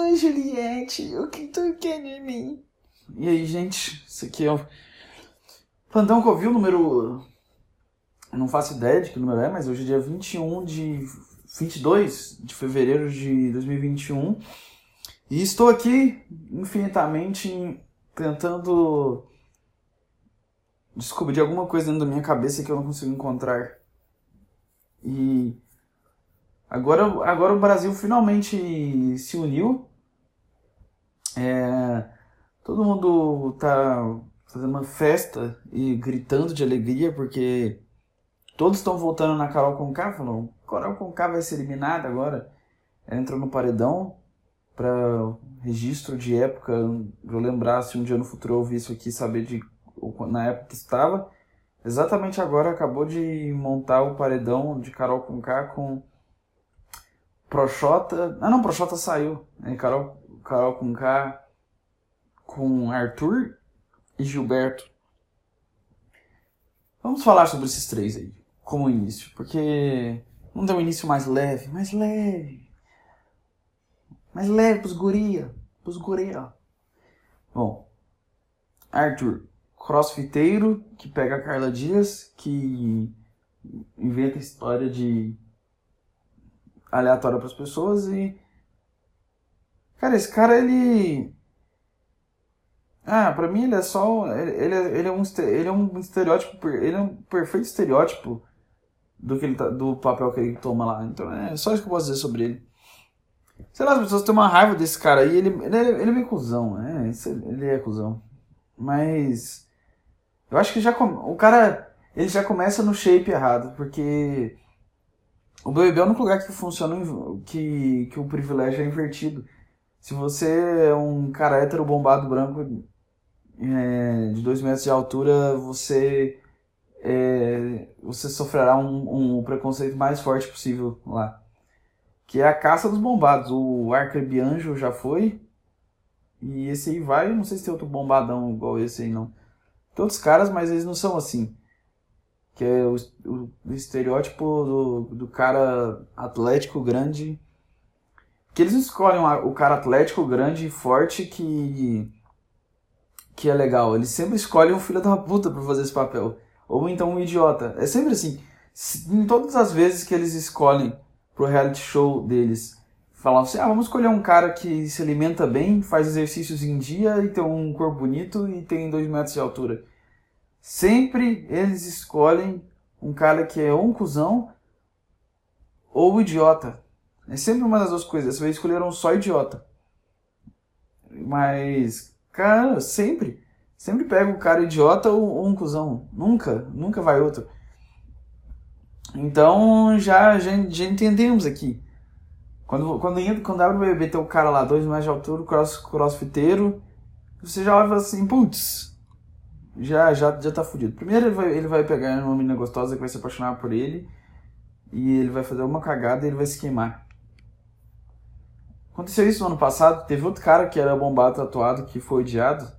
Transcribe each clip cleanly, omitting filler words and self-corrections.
Ai, Juliette, o que tu quer de mim? E aí, gente, isso aqui é o Plantão Covil número... Não faço ideia de que número é, mas hoje é dia 22 de fevereiro de 2021. E estou aqui infinitamente tentando descobrir alguma coisa dentro da minha cabeça que eu não consigo encontrar. E agora o Brasil finalmente se uniu. Todo mundo tá fazendo uma festa e gritando de alegria porque todos estão votando na Carol Conká. Falando, Carol Conká vai ser eliminada agora. Ela entrou no paredão para registro de época. Eu lembrar se um dia no futuro eu ouvir isso aqui, saber na época que estava. Exatamente agora acabou de montar o paredão de Carol Conká com Projota. Ah não, Projota saiu. Carol Conká com Arthur e Gilberto. Vamos falar sobre esses três aí, como início, porque vamos dar um início mais leve pros guria. Bom, Arthur, crossfiteiro, que pega a Carla Dias, que inventa história de aleatória pras pessoas e... Cara, esse cara, ele... pra mim ele é só... Ele é um estereótipo... Ele é um perfeito estereótipo do papel que ele toma lá. Então é só isso que eu posso dizer sobre ele. Sei lá, as pessoas têm uma raiva desse cara aí. Ele é meio cuzão, né? Ele é cuzão. Mas... Eu acho que o cara... Ele já começa no shape errado. Porque... O BBB é o único lugar que funciona... Que o privilégio é invertido. Se você é um cara hétero bombado branco de 2 metros de altura, você sofrerá um preconceito mais forte possível lá. Que é a caça dos bombados. O Arcrebianjo já foi. E esse aí vai. Não sei se tem outro bombadão igual esse aí, não. Tem outros caras, mas eles não são assim. Que é o estereótipo do cara atlético grande. Que eles escolhem o cara atlético, grande e forte que é legal. Eles sempre escolhem um filho da puta pra fazer esse papel. Ou então um idiota. É sempre assim. Em todas as vezes que eles escolhem pro reality show deles, falavam assim, vamos escolher um cara que se alimenta bem, faz exercícios em dia e tem um corpo bonito e tem 2 metros de altura. Sempre eles escolhem um cara que é ou um cuzão ou idiota. É sempre uma das duas coisas. Dessa vez escolheram só idiota. Mas, cara, sempre pega um cara idiota ou um cuzão. Nunca vai outro. Então, já entendemos aqui. Quando abre o BBB, tem o cara lá, 2 metros de altura, crossfiteiro, você já olha e fala assim, putz, já tá fudido. Primeiro ele vai pegar uma menina gostosa que vai se apaixonar por ele, e ele vai fazer uma cagada e ele vai se queimar. Aconteceu isso no ano passado, teve outro cara que era bombado, tatuado, que foi odiado.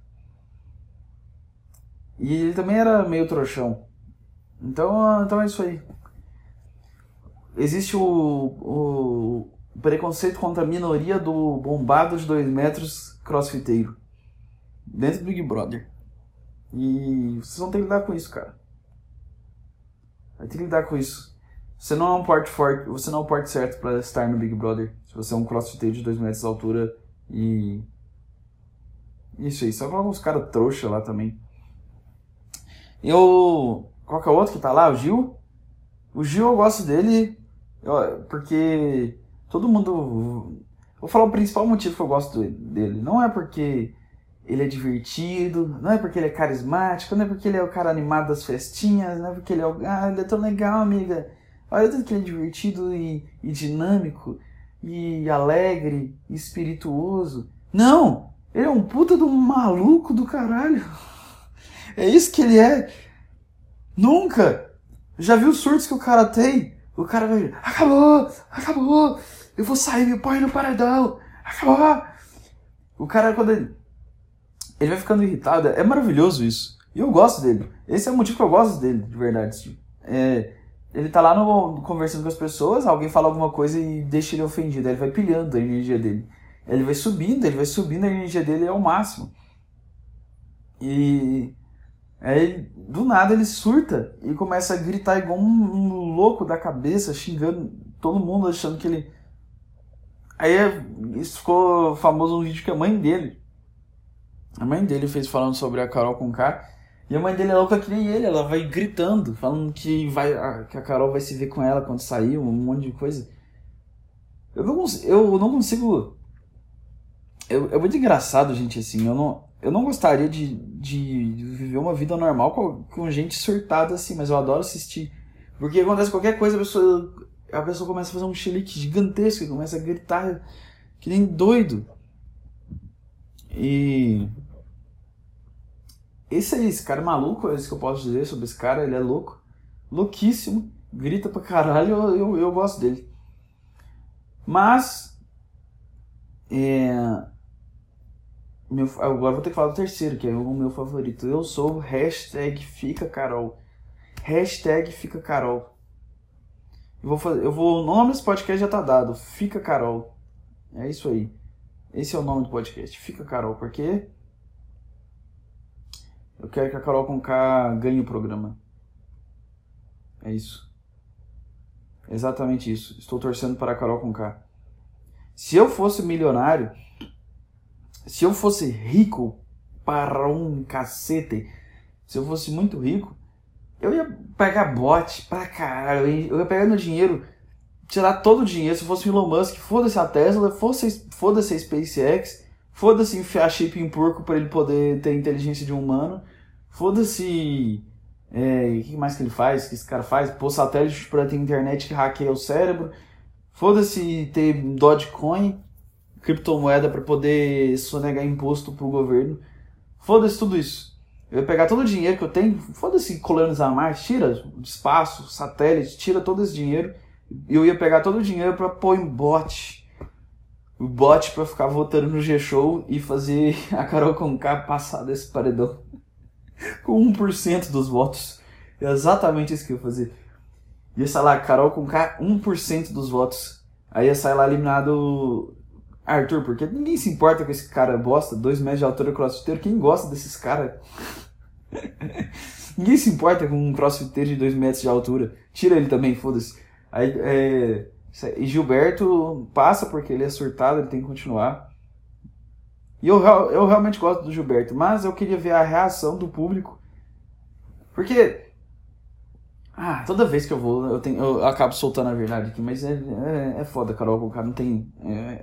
E ele também era meio trouxão. Então é isso aí. Existe o preconceito contra a minoria do bombado de 2 metros crossfiteiro. Dentro do Big Brother. E vocês vão ter que lidar com isso, cara. Vai ter que lidar com isso. Você não é um porte forte, você não é o porte certo pra estar no Big Brother. Se você é um crossfiteiro de 2 metros de altura e... Isso aí, só coloca uns caras trouxa lá também. Qual que é o outro que tá lá? O Gil? O Gil eu gosto dele porque todo mundo... Vou falar o principal motivo que eu gosto dele. Não é porque ele é divertido, não é porque ele é carismático, não é porque ele é o cara animado das festinhas, não é porque ele é ele é tão legal, amiga. Olha tudo que ele é divertido e dinâmico, e alegre, e espirituoso. Não! Ele é um puta do maluco do caralho. É isso que ele é. Nunca! Já viu os surtos que o cara tem? O cara vai... Acabou! Eu vou sair, me põe no paredão! Acabou! O cara, quando ele vai ficando irritado, é maravilhoso isso. E eu gosto dele. Esse é o motivo que eu gosto dele, de verdade. Ele tá lá conversando com as pessoas, alguém fala alguma coisa e deixa ele ofendido. Aí ele vai pilhando a energia dele. Ele vai subindo, a energia dele é ao máximo. E aí, do nada, ele surta e começa a gritar igual um louco da cabeça, xingando todo mundo, achando que ele... Aí isso ficou famoso um vídeo que a mãe dele fez falando sobre a Carol Conká. E a mãe dele é louca que nem ele, ela vai gritando, falando que a Carol vai se ver com ela quando sair, um monte de coisa. Eu não consigo... É muito engraçado, gente, assim. Eu não gostaria de viver uma vida normal com gente surtada assim, mas eu adoro assistir. Porque acontece qualquer coisa, a pessoa começa a fazer um chilique gigantesco, começa a gritar que nem doido. E... esse cara é maluco, é isso que eu posso dizer sobre esse cara, ele é louco. Louquíssimo, grita pra caralho, eu gosto dele. Mas... agora vou ter que falar do terceiro, que é o meu favorito. Eu sou o #FicaCarol. #FicaCarol. O nome desse podcast já tá dado. Fica Carol. É isso aí. Esse é o nome do podcast. Fica Carol, porque eu quero que a Carol Conká ganhe o programa. É isso. Exatamente isso. Estou torcendo para a Carol Conká. Se eu fosse milionário, se eu fosse rico para um cacete, se eu fosse muito rico, eu ia pegar bot pra caralho, eu ia pegar meu dinheiro, tirar todo o dinheiro. Se eu fosse o Elon Musk, foda-se a Tesla, foda-se a SpaceX, foda-se enfiar chip em porco pra ele poder ter a inteligência de um humano, foda-se... o que mais que ele faz, que esse cara faz? Pôr satélite pra ter internet que hackeia o cérebro, foda-se ter Dogecoin, criptomoeda pra poder sonegar imposto pro governo, foda-se tudo isso. Eu ia pegar todo o dinheiro que eu tenho, foda-se colonizar Marte, tira o espaço, satélite, tira todo esse dinheiro. E eu ia pegar todo o dinheiro pra pôr em bot. O bot pra ficar votando no G-Show e fazer a Carol Conká passar desse paredão. Com 1% dos votos. É exatamente isso que eu ia fazer. Ia sair lá, Carol Conká, 1% dos votos. Aí ia sair lá eliminado Arthur, porque ninguém se importa com esse cara bosta, 2 metros de altura crossfiteiro. Quem gosta desses caras? Ninguém se importa com um crossfiteiro de 2 metros de altura. Tira ele também, foda-se. Aí, e Gilberto passa porque ele é surtado, ele tem que continuar. E eu realmente gosto do Gilberto, mas eu queria ver a reação do público. Porque toda vez que eu vou, eu acabo soltando a verdade aqui, mas é foda, Carol, o cara não tem...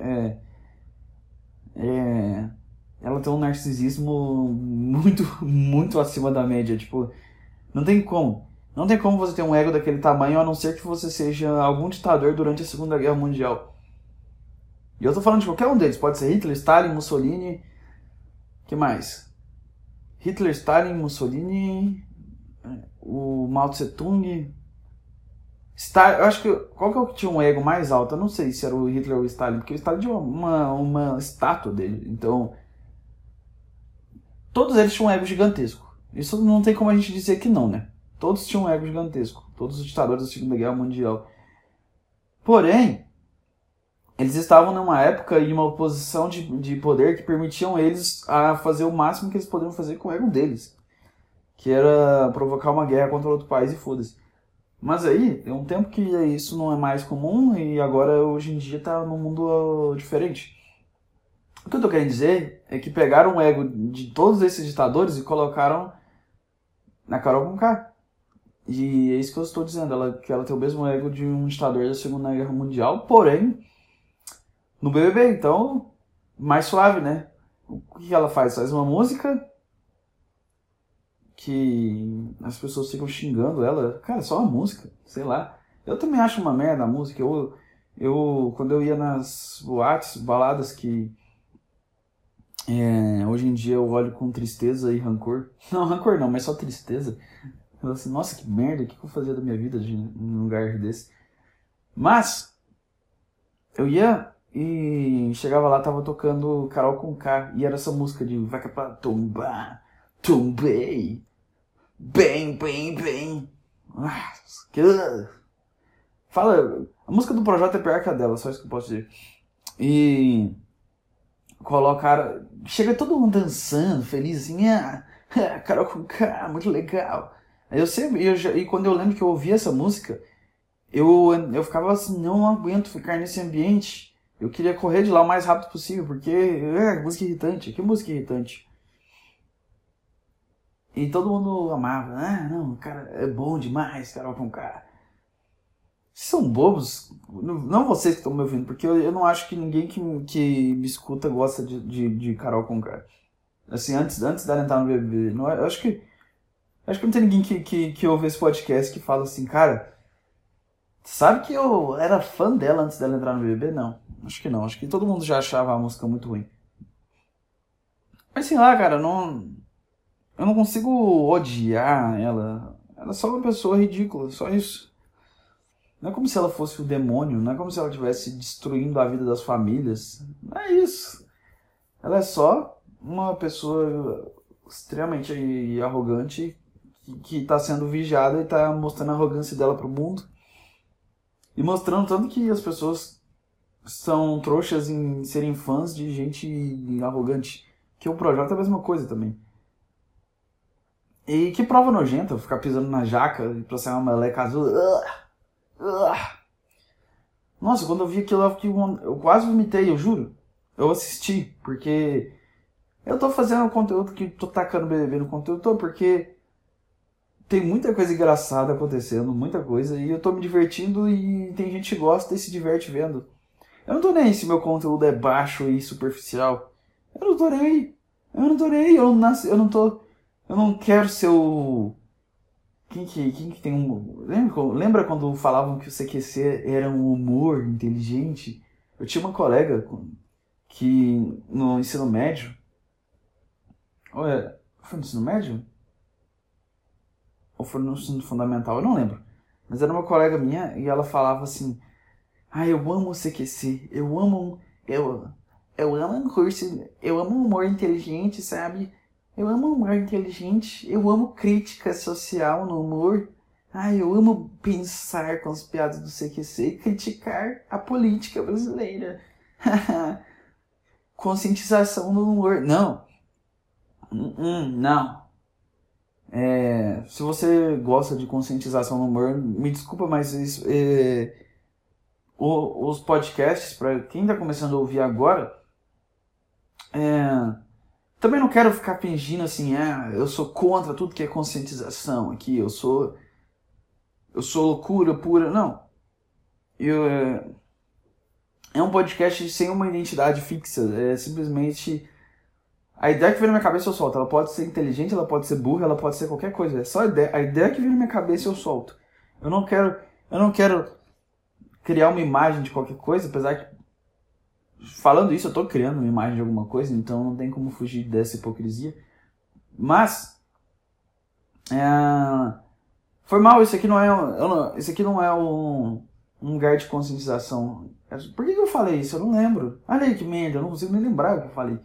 ela tem um narcisismo muito, muito acima da média. Tipo, não tem como. Não tem como você ter um ego daquele tamanho, a não ser que você seja algum ditador durante a Segunda Guerra Mundial. E eu tô falando de qualquer um deles. Pode ser Hitler, Stalin, Mussolini... que mais? Hitler, Stalin, Mussolini... o Mao Tse Tung... Eu acho que... qual que é o que tinha um ego mais alto? Eu não sei se era o Hitler ou o Stalin, porque o Stalin tinha uma estátua dele. Então... todos eles tinham um ego gigantesco. Isso não tem como a gente dizer que não, né? Todos tinham um ego gigantesco. Todos os ditadores da Segunda Guerra Mundial. Porém, eles estavam numa época e uma posição de poder que permitiam eles a fazer o máximo que eles poderiam fazer com o ego deles. Que era provocar uma guerra contra outro país e foda-se. Mas aí, tem um tempo que isso não é mais comum e agora, hoje em dia, tá num mundo diferente. O que eu tô querendo dizer é que pegaram o ego de todos esses ditadores e colocaram na Carol Conká. E é isso que eu estou dizendo, que ela tem o mesmo ego de um ditador da Segunda Guerra Mundial, porém, no BBB, então, mais suave, né? O que ela faz? Faz uma música que as pessoas ficam xingando ela. Cara, só uma música, sei lá. Eu também acho uma merda a música. Quando eu ia nas boates, baladas que hoje em dia eu olho com tristeza e rancor. Não, rancor não, mas só tristeza. Eu falo assim, nossa, que merda, o que eu fazia da minha vida num lugar desse? Mas, eu ia e chegava lá, tava tocando Carol Conká, e era essa música de vai que é pra tombar, tombei, bem, bem, bem. Fala, a música do Projota é pior que a dela, só isso que eu posso dizer. E colocaram... Chega todo mundo dançando, feliz, assim, Carol Conká, muito legal. Aí eu sempre, e quando eu lembro que eu ouvi essa música, eu ficava assim, não aguento ficar nesse ambiente. Eu queria correr de lá o mais rápido possível, porque música irritante, que música irritante. E todo mundo amava, não, cara, é bom demais, Carol Conká. Vocês são bobos, não vocês que estão me ouvindo, porque eu não acho que ninguém que me escuta gosta de Carol Conká. Assim, antes dela entrar no BBB, não, eu acho que não tem ninguém que ouve esse podcast que fala assim, cara, sabe que eu era fã dela antes dela entrar no BBB? Não, acho que não, acho que todo mundo já achava a música muito ruim. Mas sei lá, cara, eu não consigo odiar ela. Ela é só uma pessoa ridícula, só isso. Não é como se ela fosse o demônio, não é como se ela estivesse destruindo a vida das famílias. Não é isso. Ela é só uma pessoa extremamente arrogante que está sendo vigiada e está mostrando a arrogância dela pro mundo. E mostrando tanto que as pessoas são trouxas em serem fãs de gente arrogante. Que o Projota é a mesma coisa também. E que prova nojenta, ficar pisando na jaca pra ser uma meleca azul. Nossa, quando eu vi aquilo, eu quase vomitei, eu juro. Eu assisti, porque eu tô fazendo conteúdo que tô tacando BBB no conteúdo, porque tem muita coisa engraçada acontecendo, muita coisa, e eu tô me divertindo e tem gente que gosta e se diverte vendo. Eu não tô nem aí se meu conteúdo é baixo e superficial. Eu não tô nem aí. Eu não quero ser o... Quem que tem um... Lembra quando falavam que o CQC era um humor inteligente? Eu tinha uma colega que no ensino médio... Foi no ensino médio? Ou foi no ensino fundamental? Eu não lembro. Mas era uma colega minha e ela falava assim... eu amo o CQC. Eu amo um curso... Eu amo humor inteligente, sabe? Eu amo humor inteligente, eu amo crítica social no humor. Eu amo pensar com as piadas do CQC e criticar a política brasileira. Conscientização no humor. Não. Não. Se você gosta de conscientização no humor, me desculpa, mas isso, os podcasts, para quem está começando a ouvir agora... Também não quero ficar fingindo assim, eu sou contra tudo que é conscientização aqui, eu sou loucura pura, não. É um podcast sem uma identidade fixa, é simplesmente... A ideia que vem na minha cabeça eu solto, ela pode ser inteligente, ela pode ser burra, ela pode ser qualquer coisa, é só a ideia que vem na minha cabeça eu solto. Eu não quero criar uma imagem de qualquer coisa, apesar que falando isso, eu tô criando uma imagem de alguma coisa, então não tem como fugir dessa hipocrisia. Mas foi mal, isso aqui não é um lugar de conscientização. Por que eu falei isso? Eu não lembro. Olha aí que merda, eu não consigo nem lembrar o que eu falei.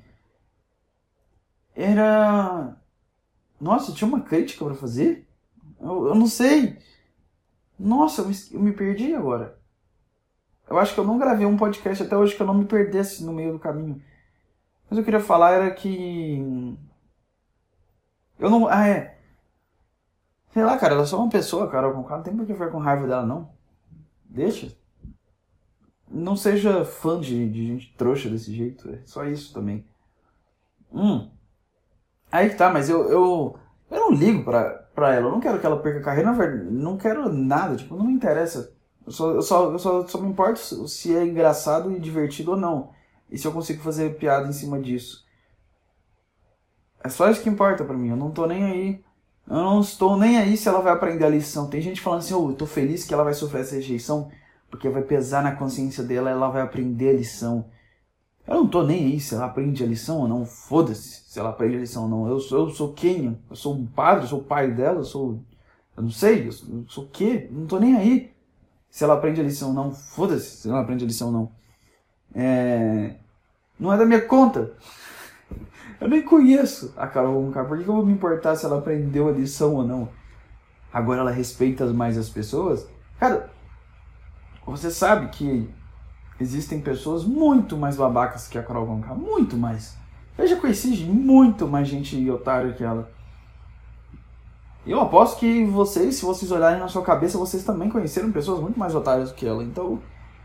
Nossa, tinha uma crítica pra fazer? Eu não sei. Nossa, eu me perdi agora. Eu acho que eu não gravei um podcast até hoje que eu não me perdesse no meio do caminho. Mas eu queria falar era que... Eu não... Sei lá, cara, ela é só uma pessoa, Carol Conká. Não tem por que ficar com raiva dela, não. Deixa. Não seja fã de gente trouxa desse jeito. É só isso também. Aí que tá, mas eu não ligo pra ela. Eu não quero que ela perca a carreira. Na verdade, não quero nada. Tipo, não me interessa. Eu só me importo se é engraçado e divertido ou não. E se eu consigo fazer piada em cima disso. É só isso que importa pra mim. Eu não tô nem aí. Eu não estou nem aí se ela vai aprender a lição. Tem gente falando assim, eu tô feliz que ela vai sofrer essa rejeição, porque vai pesar na consciência dela, ela vai aprender a lição. Eu não tô nem aí se ela aprende a lição ou não. Foda-se se ela aprende a lição ou não. Eu sou quem? Eu sou um padre? Eu sou o pai dela? Eu não sei. Eu sou o quê? Eu não tô nem aí se ela aprende a lição ou não. Foda-se se ela aprende a lição ou não. Não é da minha conta. Eu nem conheço a Carol Conká. Por que eu vou me importar se ela aprendeu a lição ou não? Agora ela respeita mais as pessoas? Cara, você sabe que existem pessoas muito mais babacas que a Carol Conká, muito mais. Eu já conheci muito mais gente otária que ela. E eu aposto que vocês, se vocês olharem na sua cabeça, vocês também conheceram pessoas muito mais otárias do que ela. Então,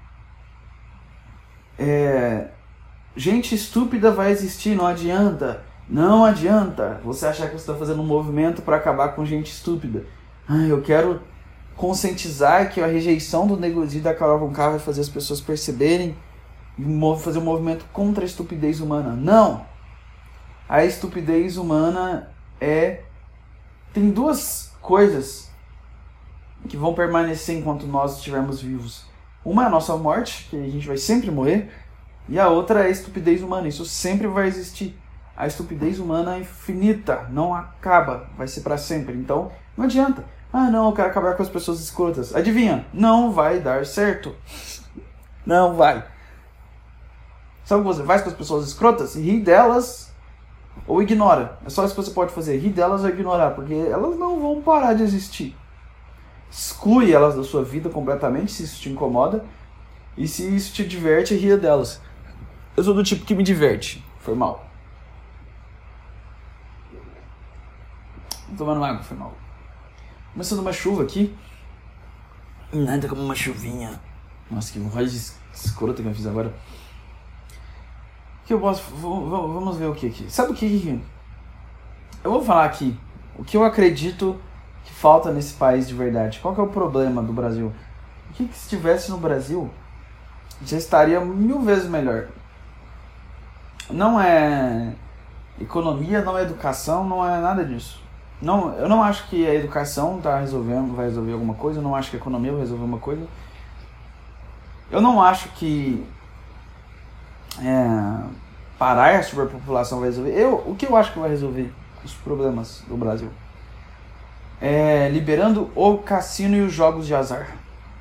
gente estúpida vai existir, não adianta. Não adianta você achar que você está fazendo um movimento para acabar com gente estúpida. Eu quero conscientizar que a rejeição do Nego Di da Carol Conká vai fazer as pessoas perceberem e fazer um movimento contra a estupidez humana. Não! A estupidez humana tem duas coisas que vão permanecer enquanto nós estivermos vivos. Uma é a nossa morte, que a gente vai sempre morrer, e a outra é a estupidez humana. Isso sempre vai existir. A estupidez humana é infinita, não acaba, vai ser para sempre. Então, não adianta. Não, eu quero acabar com as pessoas escrotas. Adivinha? Não vai dar certo. Não vai. Sabe o que você faz com as pessoas escrotas? Ri delas ou ignora. É só isso que você pode fazer. Ri delas ou ignorar, porque elas não vão parar de existir. Exclui elas da sua vida completamente, se isso te incomoda. E se isso te diverte, ria delas. Eu sou do tipo que me diverte. Foi mal. Tomando água, foi mal. Começando uma chuva aqui. Nada como uma chuvinha. Nossa, que voz escrota que eu fiz agora. Que eu posso... Vamos ver o que aqui. Sabe o que... Eu vou falar aqui. O que eu acredito que falta nesse país de verdade. Qual que é o problema do Brasil? O que se estivesse no Brasil já estaria 1000 vezes melhor. Não é economia, não é educação, não é nada disso. Não, eu não acho que a educação vai resolver alguma coisa. Eu não acho que a economia vai resolver uma coisa. Eu não acho que parar a superpopulação vai resolver. O que eu acho que vai resolver os problemas do Brasil é liberando o cassino e os jogos de azar.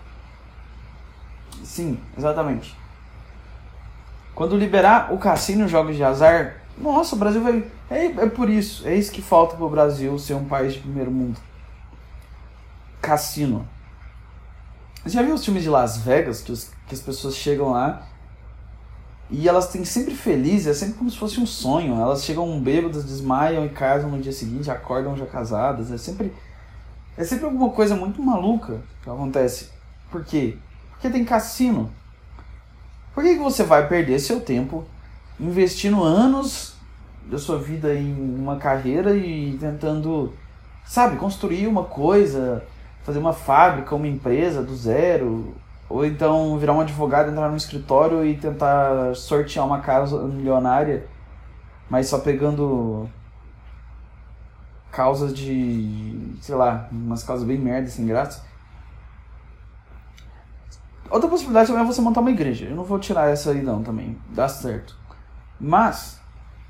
Sim, exatamente. Quando liberar o cassino e os jogos de azar, nossa, o Brasil vai... É por isso, é isso que falta para o Brasil ser um país de primeiro mundo. Cassino. Você já viu os filmes de Las Vegas, que as pessoas chegam lá e elas têm sempre felizes, é sempre como se fosse um sonho. Elas chegam bêbadas, desmaiam e casam no dia seguinte, acordam já casadas. É sempre alguma coisa muito maluca que acontece. Por quê? Porque tem cassino. Por que você vai perder seu tempo investindo anos da sua vida em uma carreira e tentando, sabe, construir uma coisa, fazer uma fábrica, uma empresa do zero, ou então virar um advogado, entrar num escritório e tentar sortear uma casa milionária, mas só pegando causas de, sei lá, umas causas bem merda, sem graça. Outra possibilidade também é você montar uma igreja. Eu não vou tirar essa aí não também, dá certo. Mas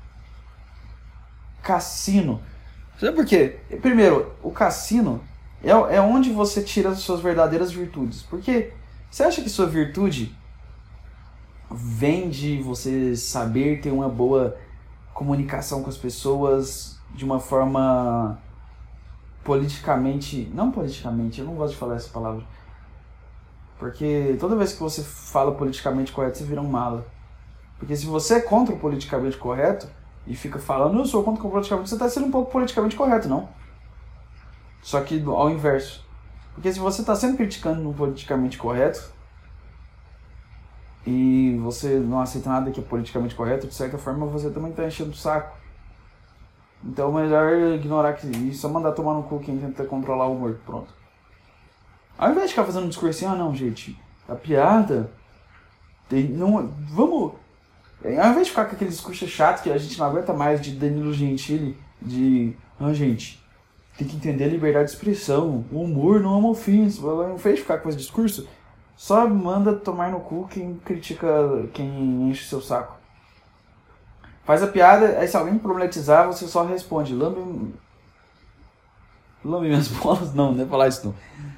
cassino. Sabe por quê? Primeiro, o cassino é onde você tira as suas verdadeiras virtudes. Porque você acha que sua virtude vem de você saber ter uma boa comunicação com as pessoas de uma forma politicamente... Não politicamente, eu não gosto de falar essa palavra. Porque toda vez que você fala politicamente correto, você vira um mala. Porque se você é contra o politicamente correto e fica falando, eu sou contra o politicamente, você está sendo um pouco politicamente correto, não? Só que ao inverso. Porque se você está sempre criticando no politicamente correto e você não aceita nada que é politicamente correto, de certa forma você também está enchendo o saco. Então é melhor ignorar e só mandar tomar no cu quem tenta controlar o humor. Pronto. Ao invés de ficar fazendo um discurso assim, não, gente, a piada... vamos... Ao invés de ficar com aquele discurso chato que a gente não aguenta mais de Danilo Gentili, gente, tem que entender a liberdade de expressão, o humor não é uma ofensa. Ao invés de ficar com esse discurso, só manda tomar no cu quem critica, quem enche seu saco. Faz a piada, aí se alguém problematizar, você só responde, lambe minhas bolas? Não é falar isso não.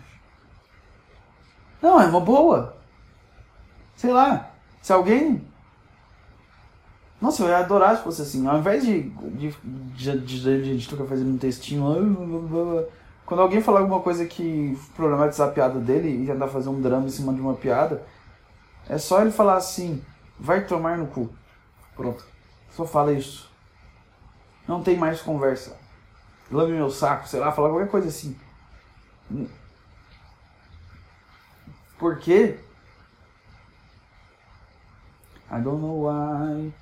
Não, é uma boa. Sei lá, se alguém... Nossa, eu ia adorar se fosse assim. Ao invés de gente ficar fazendo um textinho... Quando alguém falar alguma coisa que problematizar a piada dele e tentar fazer um drama em cima de uma piada... É só ele falar assim, vai tomar no cu. Pronto. Só fala isso. Não tem mais conversa. Lame meu saco, sei lá, falar qualquer coisa assim. Por quê? I don't know why.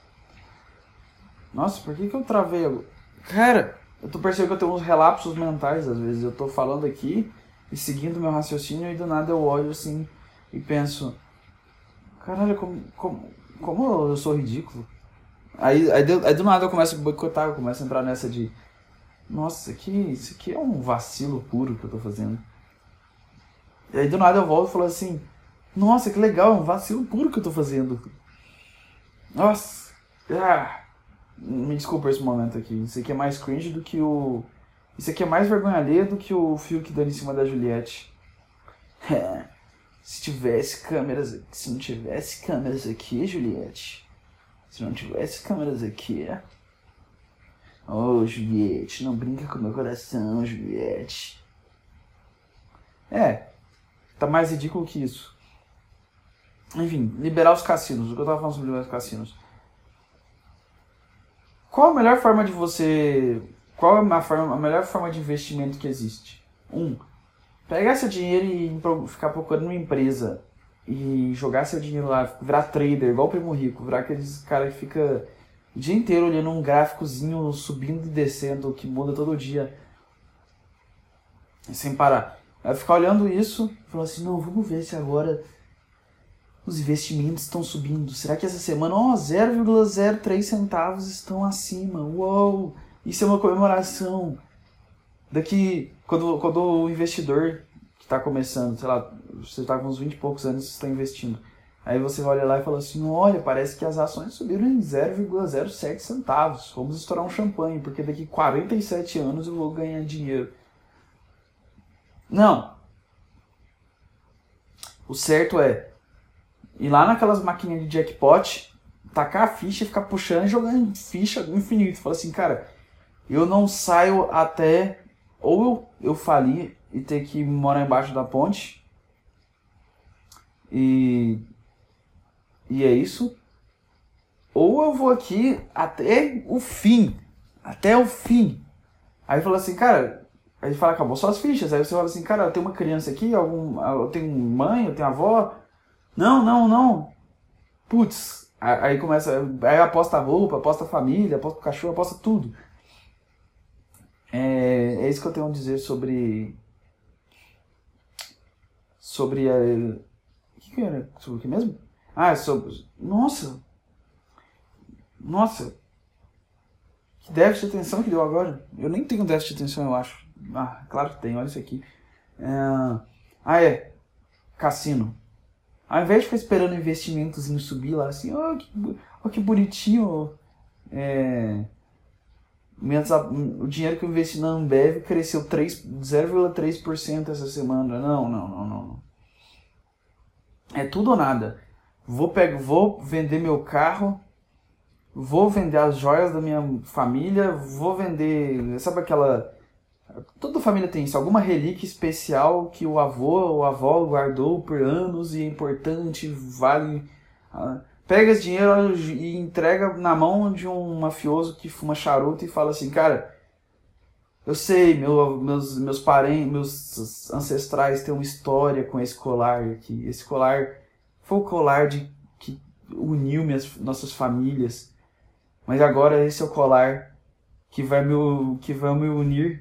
Nossa, por que eu travei agora? Cara, eu tô percebendo que eu tenho uns relapsos mentais às vezes. Eu tô falando aqui e seguindo meu raciocínio e do nada eu olho assim e penso, caralho, como eu sou ridículo. Aí do nada eu começo a boicotar, eu começo a entrar nessa de, nossa, isso aqui é um vacilo puro que eu tô fazendo. E aí do nada eu volto e falo assim, nossa, que legal, é um vacilo puro que eu tô fazendo. Nossa, me desculpa esse momento aqui. Isso aqui é mais cringe do que o... Isso aqui é mais vergonha alheia do que o fio que dando em cima da Juliette. Se não tivesse câmeras aqui, Juliette. Se não tivesse câmeras aqui... Oh, Juliette, não brinca com meu coração, Juliette. Tá mais ridículo que isso. Enfim, liberar os cassinos. O que eu tava falando sobre liberar os cassinos. Qual a melhor forma de você... Qual é a melhor forma de investimento que existe? Pegar seu dinheiro e ficar procurando uma empresa e jogar seu dinheiro lá, virar trader, igual o Primo Rico, virar aqueles cara que fica o dia inteiro olhando um gráficozinho subindo e descendo, que muda todo dia, sem parar. Aí ficar olhando isso e falar assim, não, vamos ver se agora os investimentos estão subindo. Será que essa semana, 0,03 centavos estão acima? Uou! Isso é uma comemoração. Daqui, quando o investidor que está começando, sei lá, você está com uns 20 e poucos anos e está investindo. Aí você olha lá e fala assim, olha, parece que as ações subiram em 0,07 centavos. Vamos estourar um champanhe, porque daqui 47 anos eu vou ganhar dinheiro. Não. O certo é ir lá naquelas maquininhas de jackpot, tacar a ficha e ficar puxando e jogando ficha infinito. Fala assim, cara, eu não saio até ou eu falir e ter que morar embaixo da ponte. E é isso. Ou eu vou aqui até o fim. Até o fim. Aí fala assim, cara... Aí fala, acabou só as fichas. Aí você fala assim, cara, eu tenho uma criança aqui, eu tenho mãe, eu tenho avó. Não. Putz. Aí começa... Aí aposta a roupa, aposta a família, aposta o cachorro, aposta tudo. É isso que eu tenho a dizer sobre a... O que era? Sobre o que mesmo? Sobre... Nossa! Que déficit de atenção que deu agora. Eu nem tenho déficit de atenção, eu acho. Claro que tem, olha isso aqui. Cassino. Ao invés de ficar esperando investimentozinho subir lá, assim, que bonitinho. O dinheiro que eu investi na Ambev cresceu 0,3% essa semana. Não. É tudo ou nada. Vou vender meu carro, vou vender as joias da minha família, vou vender... Sabe aquela... Toda família tem isso, alguma relíquia especial que o avô ou a avó guardou por anos e é importante, vale... Pega esse dinheiro e entrega na mão de um mafioso que fuma charuto e fala assim, cara, eu sei, meus parentes, meus ancestrais têm uma história com esse colar aqui. Esse colar foi o colar que uniu nossas famílias. Mas agora esse é o colar que vai me unir.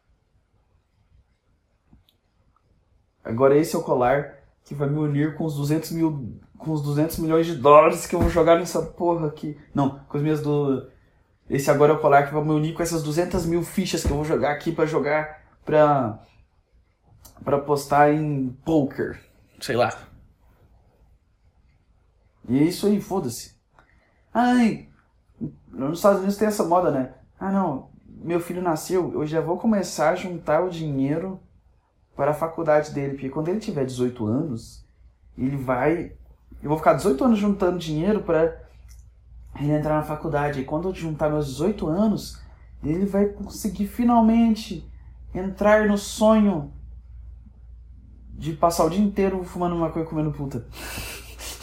Agora esse é o colar que vai me unir com os 200 milhões de dólares que eu vou jogar nessa porra aqui. Não, com as minhas Esse agora é o colar que vai me unir com essas 200 mil fichas que eu vou jogar aqui pra apostar em poker. Sei lá. E é isso aí, foda-se. Nos Estados Unidos tem essa moda, né? Não, meu filho nasceu, eu já vou começar a juntar o dinheiro para a faculdade dele, porque quando ele tiver 18 anos, eu vou ficar 18 anos juntando dinheiro para ele entrar na faculdade. E quando eu juntar meus 18 anos, ele vai conseguir finalmente entrar no sonho de passar o dia inteiro fumando maconha e comendo puta.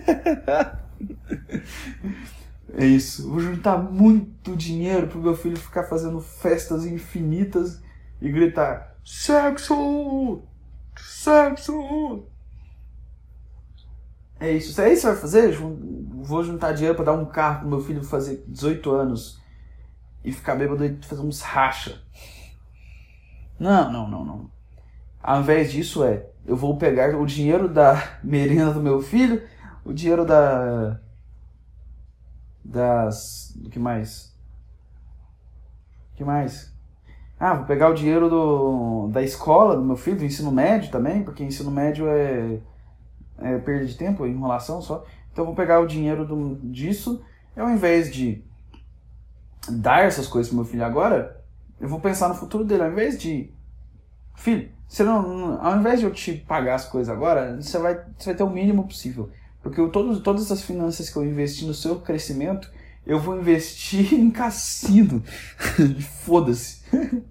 É isso. Vou juntar muito dinheiro pro meu filho ficar fazendo festas infinitas e gritar: sexo! Sexo! É isso. É isso que você vai fazer? Vou juntar dinheiro pra dar um carro pro meu filho fazer 18 anos e ficar bêbado e fazer uns racha. Não. Ao invés disso eu vou pegar o dinheiro da merenda do meu filho, o dinheiro o que mais? Vou pegar o dinheiro da escola do meu filho, do ensino médio também, porque ensino médio é perda de tempo, é enrolação só. Então eu vou pegar o dinheiro disso, e ao invés de dar essas coisas pro meu filho agora, eu vou pensar no futuro dele. Ao invés de... Filho, ao invés de eu te pagar as coisas agora, você vai ter o mínimo possível. Porque todas as finanças que eu investi no seu crescimento, eu vou investir em cassino. Foda-se.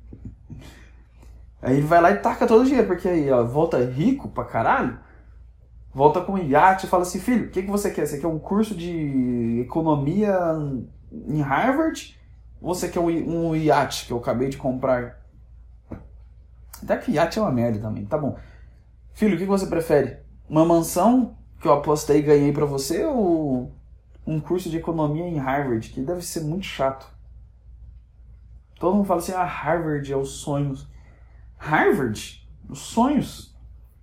Aí ele vai lá e taca todo o dinheiro, porque aí volta rico pra caralho, volta com um iate e fala assim: filho, o que você quer? Você quer um curso de economia em Harvard? Ou você quer um iate que eu acabei de comprar? Até que iate é uma merda também, tá bom. Filho, o que você prefere? Uma mansão que eu apostei e ganhei pra você, ou um curso de economia em Harvard, que deve ser muito chato? Todo mundo fala assim: Harvard é os sonhos. Harvard? Os sonhos?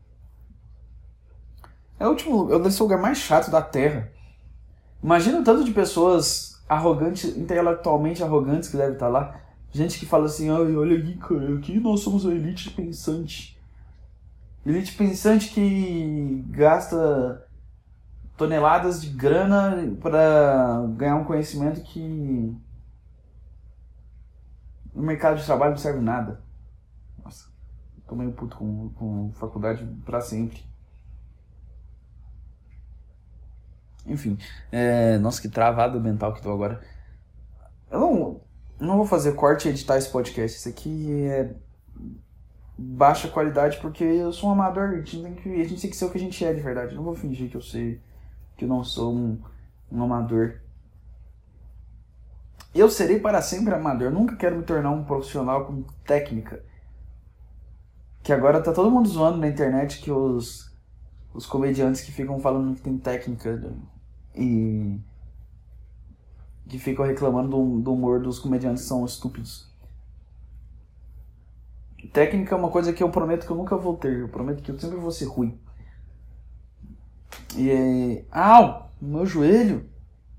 Deve ser o lugar mais chato da Terra. Imagina o tanto de pessoas arrogantes, intelectualmente arrogantes que deve estar lá. Gente que fala assim: olha aqui, cara, aqui nós somos a elite pensante. Elite pensante que gasta toneladas de grana para ganhar um conhecimento que no mercado de trabalho não serve nada. Nossa, tô meio puto com faculdade pra sempre. Enfim, nossa, que travada mental que tô agora. Eu não vou fazer corte e editar esse podcast. Isso aqui é baixa qualidade porque eu sou um amador. A gente tem que ser o que a gente é de verdade. Eu não vou fingir que eu não sou um amador. Eu serei para sempre amador. Eu nunca quero me tornar um profissional com técnica. Que agora tá todo mundo zoando na internet que os comediantes que ficam falando que tem técnica e que ficam reclamando do humor dos comediantes que são estúpidos. Técnica é uma coisa que eu prometo que eu nunca vou ter. Eu prometo que eu sempre vou ser ruim. Au! Meu joelho!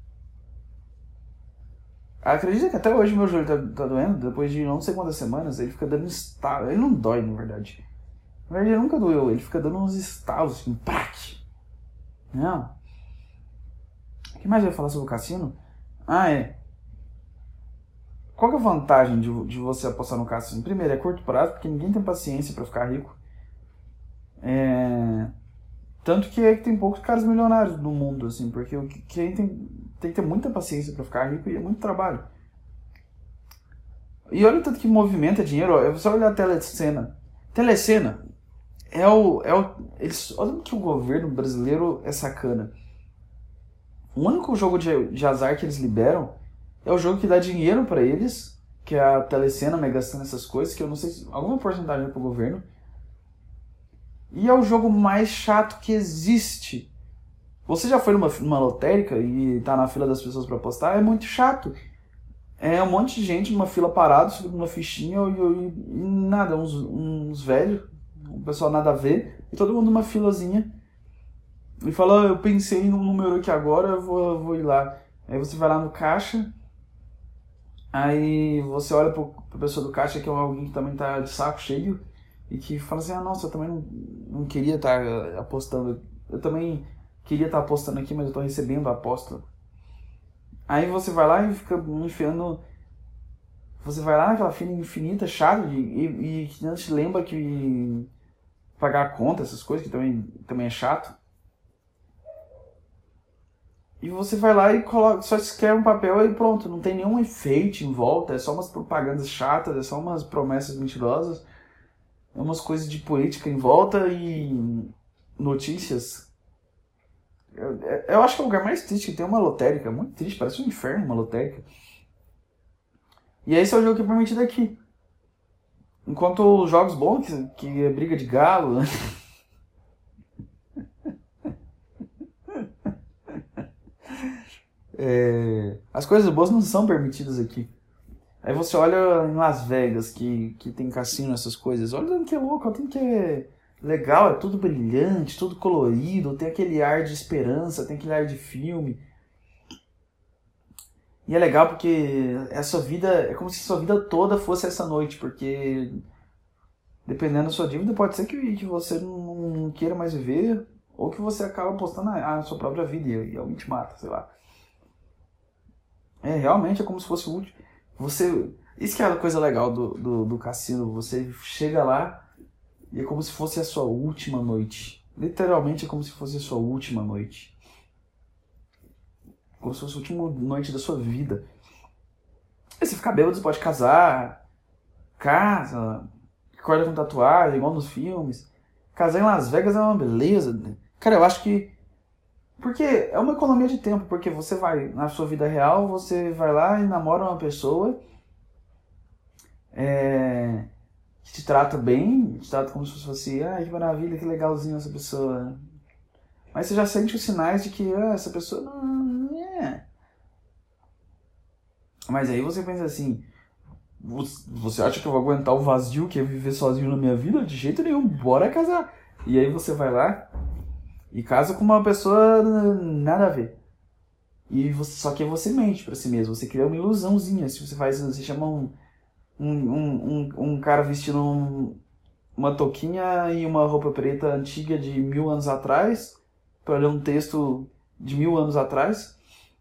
Acredita que até hoje meu joelho tá doendo? Depois de não sei quantas semanas, ele fica dando estalo. Ele não dói, na verdade. Na verdade, ele nunca doeu. Ele fica dando uns estalos, assim, prac! Não. O que mais eu ia falar sobre o cassino? Qual que é a vantagem de você apostar no cassino? Primeiro, é curto prazo, porque ninguém tem paciência pra ficar rico. Tanto que tem poucos caras milionários no mundo, assim, porque quem tem que ter muita paciência pra ficar rico e é muito trabalho. E olha o tanto que movimenta dinheiro, é só olhar a telecena. Telecena olha que o governo brasileiro é sacana. O único jogo de azar que eles liberam é o jogo que dá dinheiro pra eles, que é a Telecena, Mega Sena, essas coisas, que eu não sei se alguma porcentagem é pro governo. E é o jogo mais chato que existe. Você já foi numa lotérica e tá na fila das pessoas pra apostar? É muito chato. É um monte de gente numa fila parado, subindo uma fichinha e nada, uns velhos, o pessoal nada a ver, e todo mundo numa filazinha. E fala: eu pensei num número aqui agora, eu vou ir lá. Aí você vai lá no caixa, aí você olha pra pessoa do caixa, que é alguém que também tá de saco cheio, e que fala assim: nossa, eu também não queria estar apostando. Eu também queria estar apostando aqui, mas eu tô recebendo a aposta. Aí você vai lá e fica enfiando... Você vai lá naquela fila infinita, chata, e que não te lembra que pagar a conta, essas coisas, que também é chato. E você vai lá e só escreve um papel e pronto, não tem nenhum efeito em volta, é só umas propagandas chatas, é só umas promessas mentirosas, é umas coisas de política em volta e notícias. Eu acho que é o lugar mais triste que tem uma lotérica. Muito triste, parece um inferno uma lotérica. E esse é o jogo que é permitido aqui. Enquanto os jogos bons, que é briga de galo. As coisas boas não são permitidas aqui. Aí você olha em Las Vegas, que tem cassino, essas coisas. Olha tanto que é louco, olha tanto que é legal, é tudo brilhante, tudo colorido, tem aquele ar de esperança, tem aquele ar de filme. E é legal porque a sua vida, é como se a sua vida toda fosse essa noite, porque dependendo da sua dívida, pode ser que você não queira mais viver, ou que você acaba apostando a sua própria vida e alguém te mata, sei lá. Realmente é como se fosse o último. Isso que é a coisa legal do cassino. Você chega lá e é como se fosse a sua última noite. Literalmente é como se fosse a sua última noite. Como se fosse a última noite da sua vida. Aí você fica bêbado, você pode casar, casa, acorda com tatuagem, igual nos filmes. Casar em Las Vegas é uma beleza. Cara, eu acho que... Porque é uma economia de tempo, porque você vai, na sua vida real, você vai lá e namora uma pessoa que te trata bem, te trata como se fosse, que maravilha, que legalzinho essa pessoa. Mas você já sente os sinais de que essa pessoa não é. Mas aí você pensa assim, você acha que eu vou aguentar o vazio que é viver sozinho na minha vida? De jeito nenhum, bora casar. E aí você vai lá e casa com uma pessoa nada a ver. Só que você mente pra si mesmo, você cria uma ilusãozinha. Se você chama um cara vestindo uma touquinha e uma roupa preta antiga de 1000 anos atrás, pra ler um texto de 1000 anos atrás,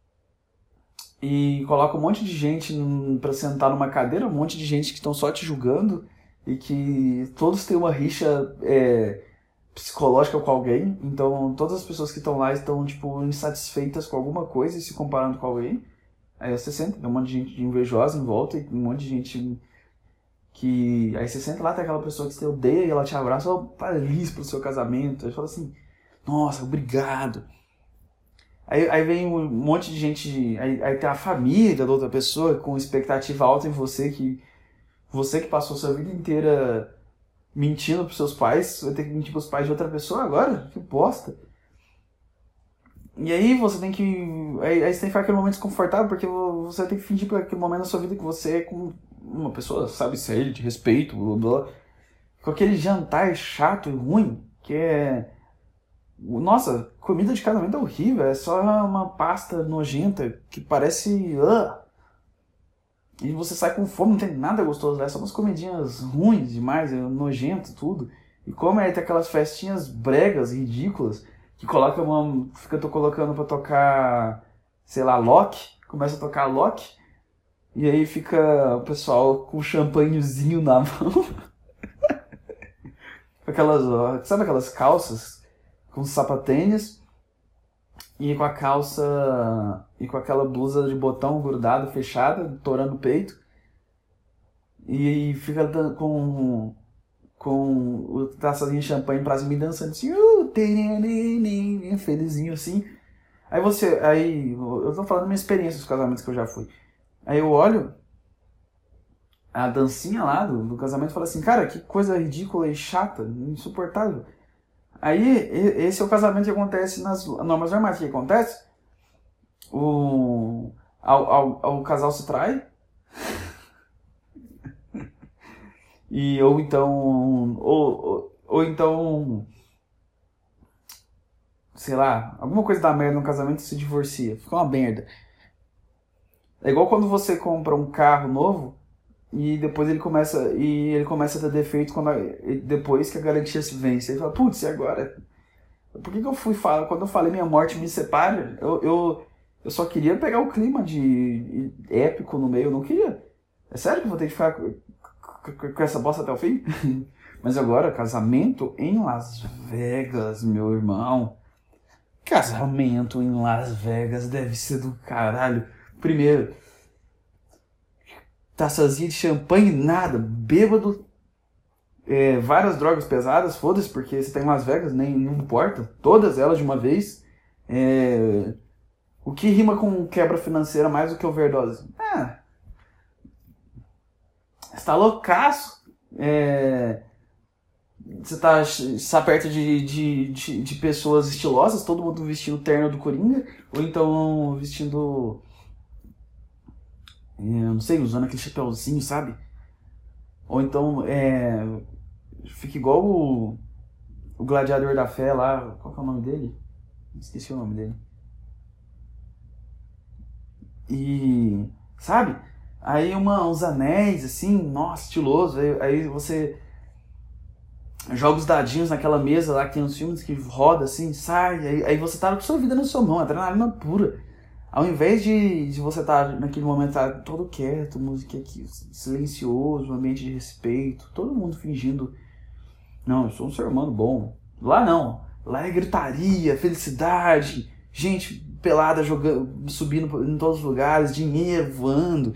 e coloca um monte de gente pra sentar numa cadeira, um monte de gente que estão só te julgando, e que todos têm uma rixa psicológica com alguém. Então todas as pessoas que estão lá estão tipo insatisfeitas com alguma coisa e se comparando com alguém. Aí você senta, tem um monte de gente invejosa em volta e um monte de gente que... Aí você senta lá, tem aquela pessoa que você odeia e ela te abraça, feliz pro seu casamento. Aí fala assim, nossa, obrigado. Aí vem um monte de gente, aí tem a família da outra pessoa com expectativa alta em você que passou sua vida inteira mentindo pros seus pais, vai ter que mentir pros pais de outra pessoa agora? Que bosta. E aí você tem que... Aí você tem que ficar aquele momento desconfortável, porque você tem que fingir por aquele momento da sua vida que você é com uma pessoa, sabe, séria, de respeito, blá, blá, com aquele jantar chato e ruim, que é... Nossa, comida de casamento é horrível, é só uma pasta nojenta que parece... E você sai com fome, não tem nada gostoso lá, é só umas comidinhas ruins demais, é nojento tudo. E como tem aquelas festinhas bregas, ridículas, que fica colocando pra tocar, sei lá, Loki, começa a tocar Loki, e aí fica o pessoal com champanhezinho na mão. Sabe aquelas calças com sapatênis e com a calça e com aquela blusa de botão grudado, fechada, torando o peito, e fica com o taçazinho de champanhe pra cima e dançando assim, felizinho assim. Aí eu tô falando da minha experiência dos casamentos que eu já fui. Aí eu olho a dancinha lá do casamento e falo assim, cara, que coisa ridícula e chata, insuportável. Aí esse é o casamento que acontece nas normas normais. O que acontece? O casal se trai. Ou então, sei lá, alguma coisa dá merda no casamento e se divorcia. Fica uma merda. É igual quando você compra um carro novo e depois ele começa a ter defeito depois que a garantia se vence. Aí fala, putz, e agora? Por que eu quando eu falei minha morte me separa, eu só queria pegar o clima de épico no meio, eu não queria. É sério que eu vou ter que ficar com essa bosta até o fim? Mas agora, casamento em Las Vegas, meu irmão. Casamento em Las Vegas deve ser do caralho. Primeiro, taçazinha de champanhe, nada, bêbado, várias drogas pesadas, foda-se, porque você tá em Las Vegas, nem não importa, todas elas de uma vez, O que rima com quebra financeira mais do que overdose? Você tá loucaço. Você tá perto de pessoas estilosas, todo mundo vestindo terno do Coringa, ou então vestindo, não sei, usando aquele chapéuzinho, sabe? Ou então, fica igual o Gladiador da Fé lá, qual que é o nome dele? Esqueci o nome dele. E, sabe? Aí uns anéis, assim, nossa, estiloso. Aí você joga os dadinhos naquela mesa lá que tem uns filmes que roda assim, sai. Aí você tá com sua vida na sua mão, adrenalina pura. Ao invés de você estar naquele momento todo quieto, música aqui, silencioso, ambiente de respeito, todo mundo fingindo, não, eu sou um ser humano bom. Lá não. Lá é gritaria, felicidade, gente pelada jogando, subindo em todos os lugares, dinheiro voando,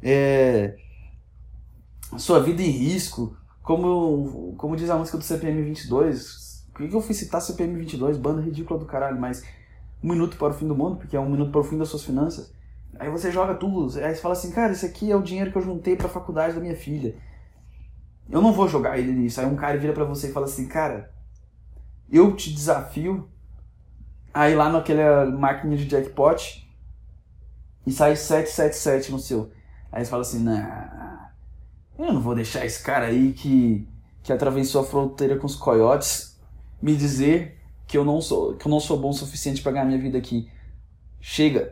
sua vida em risco. Como diz a música do CPM 22, por que eu fui citar CPM 22, banda ridícula do caralho, mas um minuto para o fim do mundo, porque é um minuto para o fim das suas finanças. Aí você joga tudo, aí você fala assim, cara, esse aqui é o dinheiro que eu juntei para a faculdade da minha filha. Eu não vou jogar ele nisso. Aí um cara vira pra você e fala assim, cara, eu te desafio a ir lá naquela máquina de jackpot e sair 777 no seu. Aí você fala assim, nah, eu não vou deixar esse cara aí que atravessou a fronteira com os coiotes me dizer que eu não sou bom o suficiente pra ganhar minha vida aqui. Chega.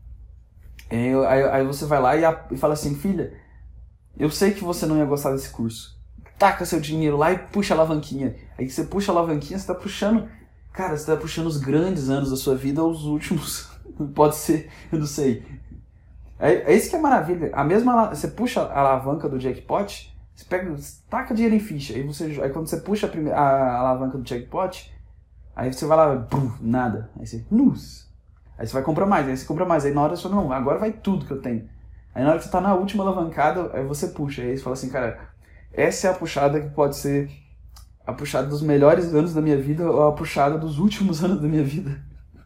Aí você vai lá e fala assim, filha, eu sei que você não ia gostar desse curso. Taca seu dinheiro lá e puxa a alavanquinha. Aí você puxa a alavanquinha, você tá puxando... Cara, você tá puxando os grandes anos da sua vida aos últimos. Pode ser, eu não sei. É isso que é maravilha. Você puxa a alavanca do jackpot, você taca dinheiro em ficha. Aí quando você puxa a alavanca do jackpot, aí você vai lá, brum, nada. Aí você... Aí você vai comprar mais, aí você compra mais. Aí na hora você fala, não, agora vai tudo que eu tenho. Aí na hora que você tá na última alavancada, aí você puxa. Aí você fala assim, cara, essa é a puxada que pode ser a puxada dos melhores anos da minha vida ou a puxada dos últimos anos da minha vida.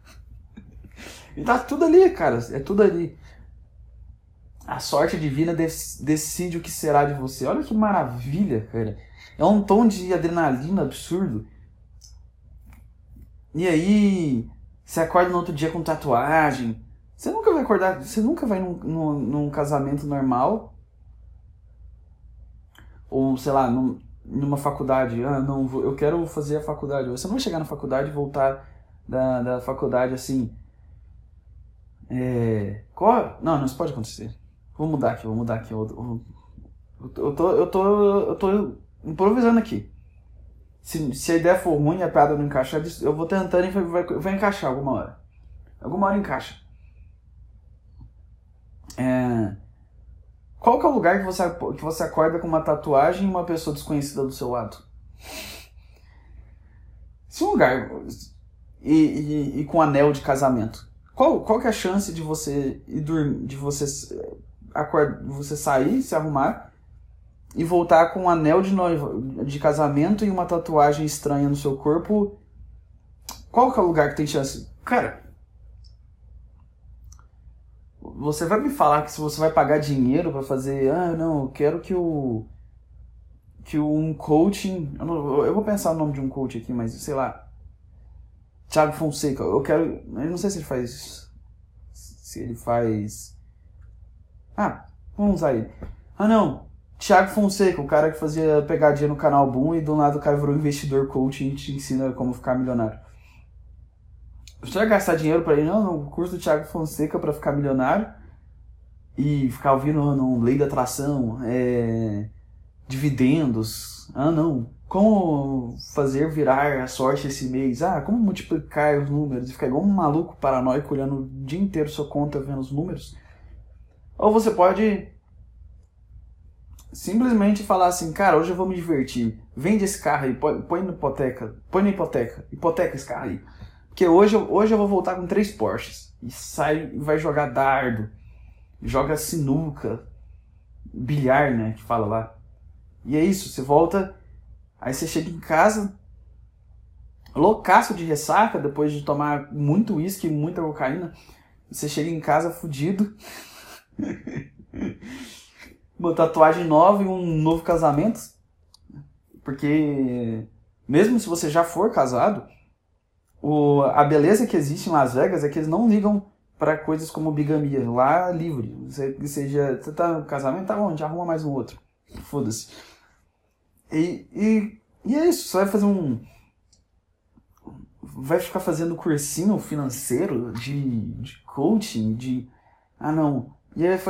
E tá tudo ali, cara. É tudo ali. A sorte divina decide o que será de você. Olha que maravilha, cara. É um tom de adrenalina absurdo. E aí, você acorda no outro dia com tatuagem. Você nunca vai acordar, você nunca vai num casamento normal. Ou, sei lá, numa faculdade. Não, eu quero fazer a faculdade. Você não vai chegar na faculdade e voltar da faculdade assim. Não, isso pode acontecer. Vou mudar aqui. Eu tô improvisando aqui. Se a ideia for ruim e a piada não encaixar, eu vou tentando e vai encaixar alguma hora. Alguma hora encaixa. Qual que é o lugar que você acorda com uma tatuagem e uma pessoa desconhecida do seu lado? Se um lugar... E com anel de casamento. Qual que é a chance de você ir dormir, de você sair, se arrumar e voltar com um anel de casamento e uma tatuagem estranha no seu corpo? Qual que é o lugar que tem chance? Cara, você vai me falar que se você vai pagar dinheiro pra fazer... não, eu quero que um coaching... Eu vou pensar o nome de um coach aqui, mas sei lá... Thiago Fonseca, eu não sei se ele faz... vamos usar ele. Não, Thiago Fonseca, o cara que fazia pegadinha no canal Boom e do nada o cara virou investidor coaching e te ensina como ficar milionário. Você vai gastar dinheiro pra ir no curso do Thiago Fonseca pra ficar milionário e ficar ouvindo lei da atração, dividendos, não, como fazer virar a sorte esse mês, como multiplicar os números e ficar igual um maluco paranoico olhando o dia inteiro sua conta vendo os números. Ou você pode simplesmente falar assim, cara, hoje eu vou me divertir, vende esse carro aí, põe na hipoteca esse carro aí. Porque hoje eu vou voltar com 3 Porsches. E sai e vai jogar dardo. Joga sinuca. Bilhar, né? Que fala lá. E é isso, você volta. Aí você chega em casa. loucaço de ressaca, depois de tomar muito uísque e muita cocaína, você chega em casa fudido, uma tatuagem nova e um novo casamento, porque mesmo se você já for casado, a beleza que existe em Las Vegas é que eles não ligam para coisas como bigamia. Lá, livre. Você tá no casamento, tá bom, a gente arruma mais um outro. Foda-se. E é isso, você vai fazer vai ficar fazendo cursinho financeiro de coaching, ah não. E aí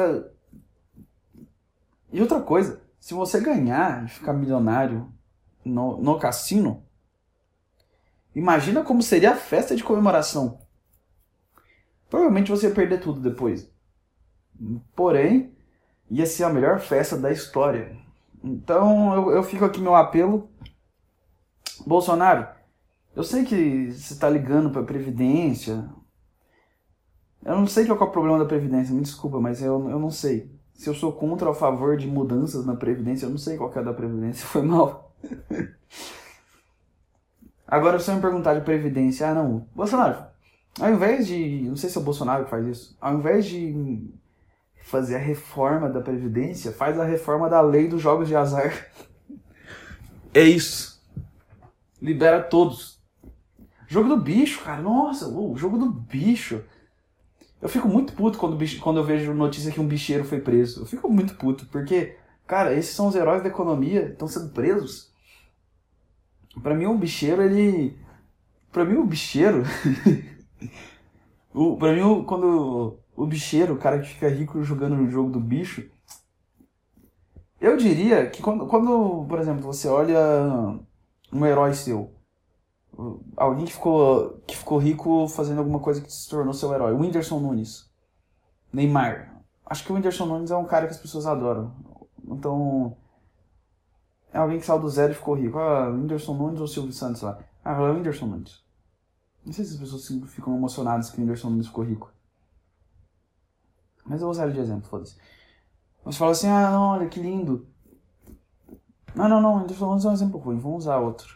e outra coisa, se você ganhar e ficar milionário no cassino, imagina como seria a festa de comemoração. Provavelmente você ia perder tudo depois. Porém, ia ser a melhor festa da história. Então eu fico aqui meu apelo. Bolsonaro, eu sei que você está ligando para a Previdência. Eu não sei qual é o problema da Previdência, me desculpa, mas eu não sei. Se eu sou contra ou a favor de mudanças na Previdência, eu não sei qual que é da Previdência, foi mal. Agora, se você me perguntar de Previdência, ah não, Bolsonaro, ao invés de, não sei se é o Bolsonaro que faz isso, ao invés de fazer a reforma da Previdência, faz a reforma da lei dos jogos de azar. É isso. Libera todos. Jogo do bicho, cara. Nossa, o jogo do bicho. Eu fico muito puto quando eu vejo notícia que um bicheiro foi preso. Eu fico muito puto, porque, cara, esses são os heróis da economia, estão sendo presos. Pra mim, o bicheiro, ele... Pra mim, o bicheiro... Pra mim, quando o bicheiro, o cara que fica rico jogando o jogo do bicho, eu diria que quando, por exemplo, você olha um herói seu, alguém que ficou rico fazendo alguma coisa que se tornou seu herói, o Whindersson Nunes, Neymar. Acho que o Whindersson Nunes é um cara que as pessoas adoram. Então, é alguém que saiu do zero e ficou rico. Ah, Whindersson Nunes ou Silvio Santos lá. Ah, é o Whindersson Nunes. Não sei se as pessoas ficam emocionadas que o Whindersson Nunes ficou rico. Mas eu vou usar ele de exemplo, foda-se. Você fala assim, ah, não, olha que lindo. Não, o Whindersson Nunes é um exemplo ruim, vamos usar outro.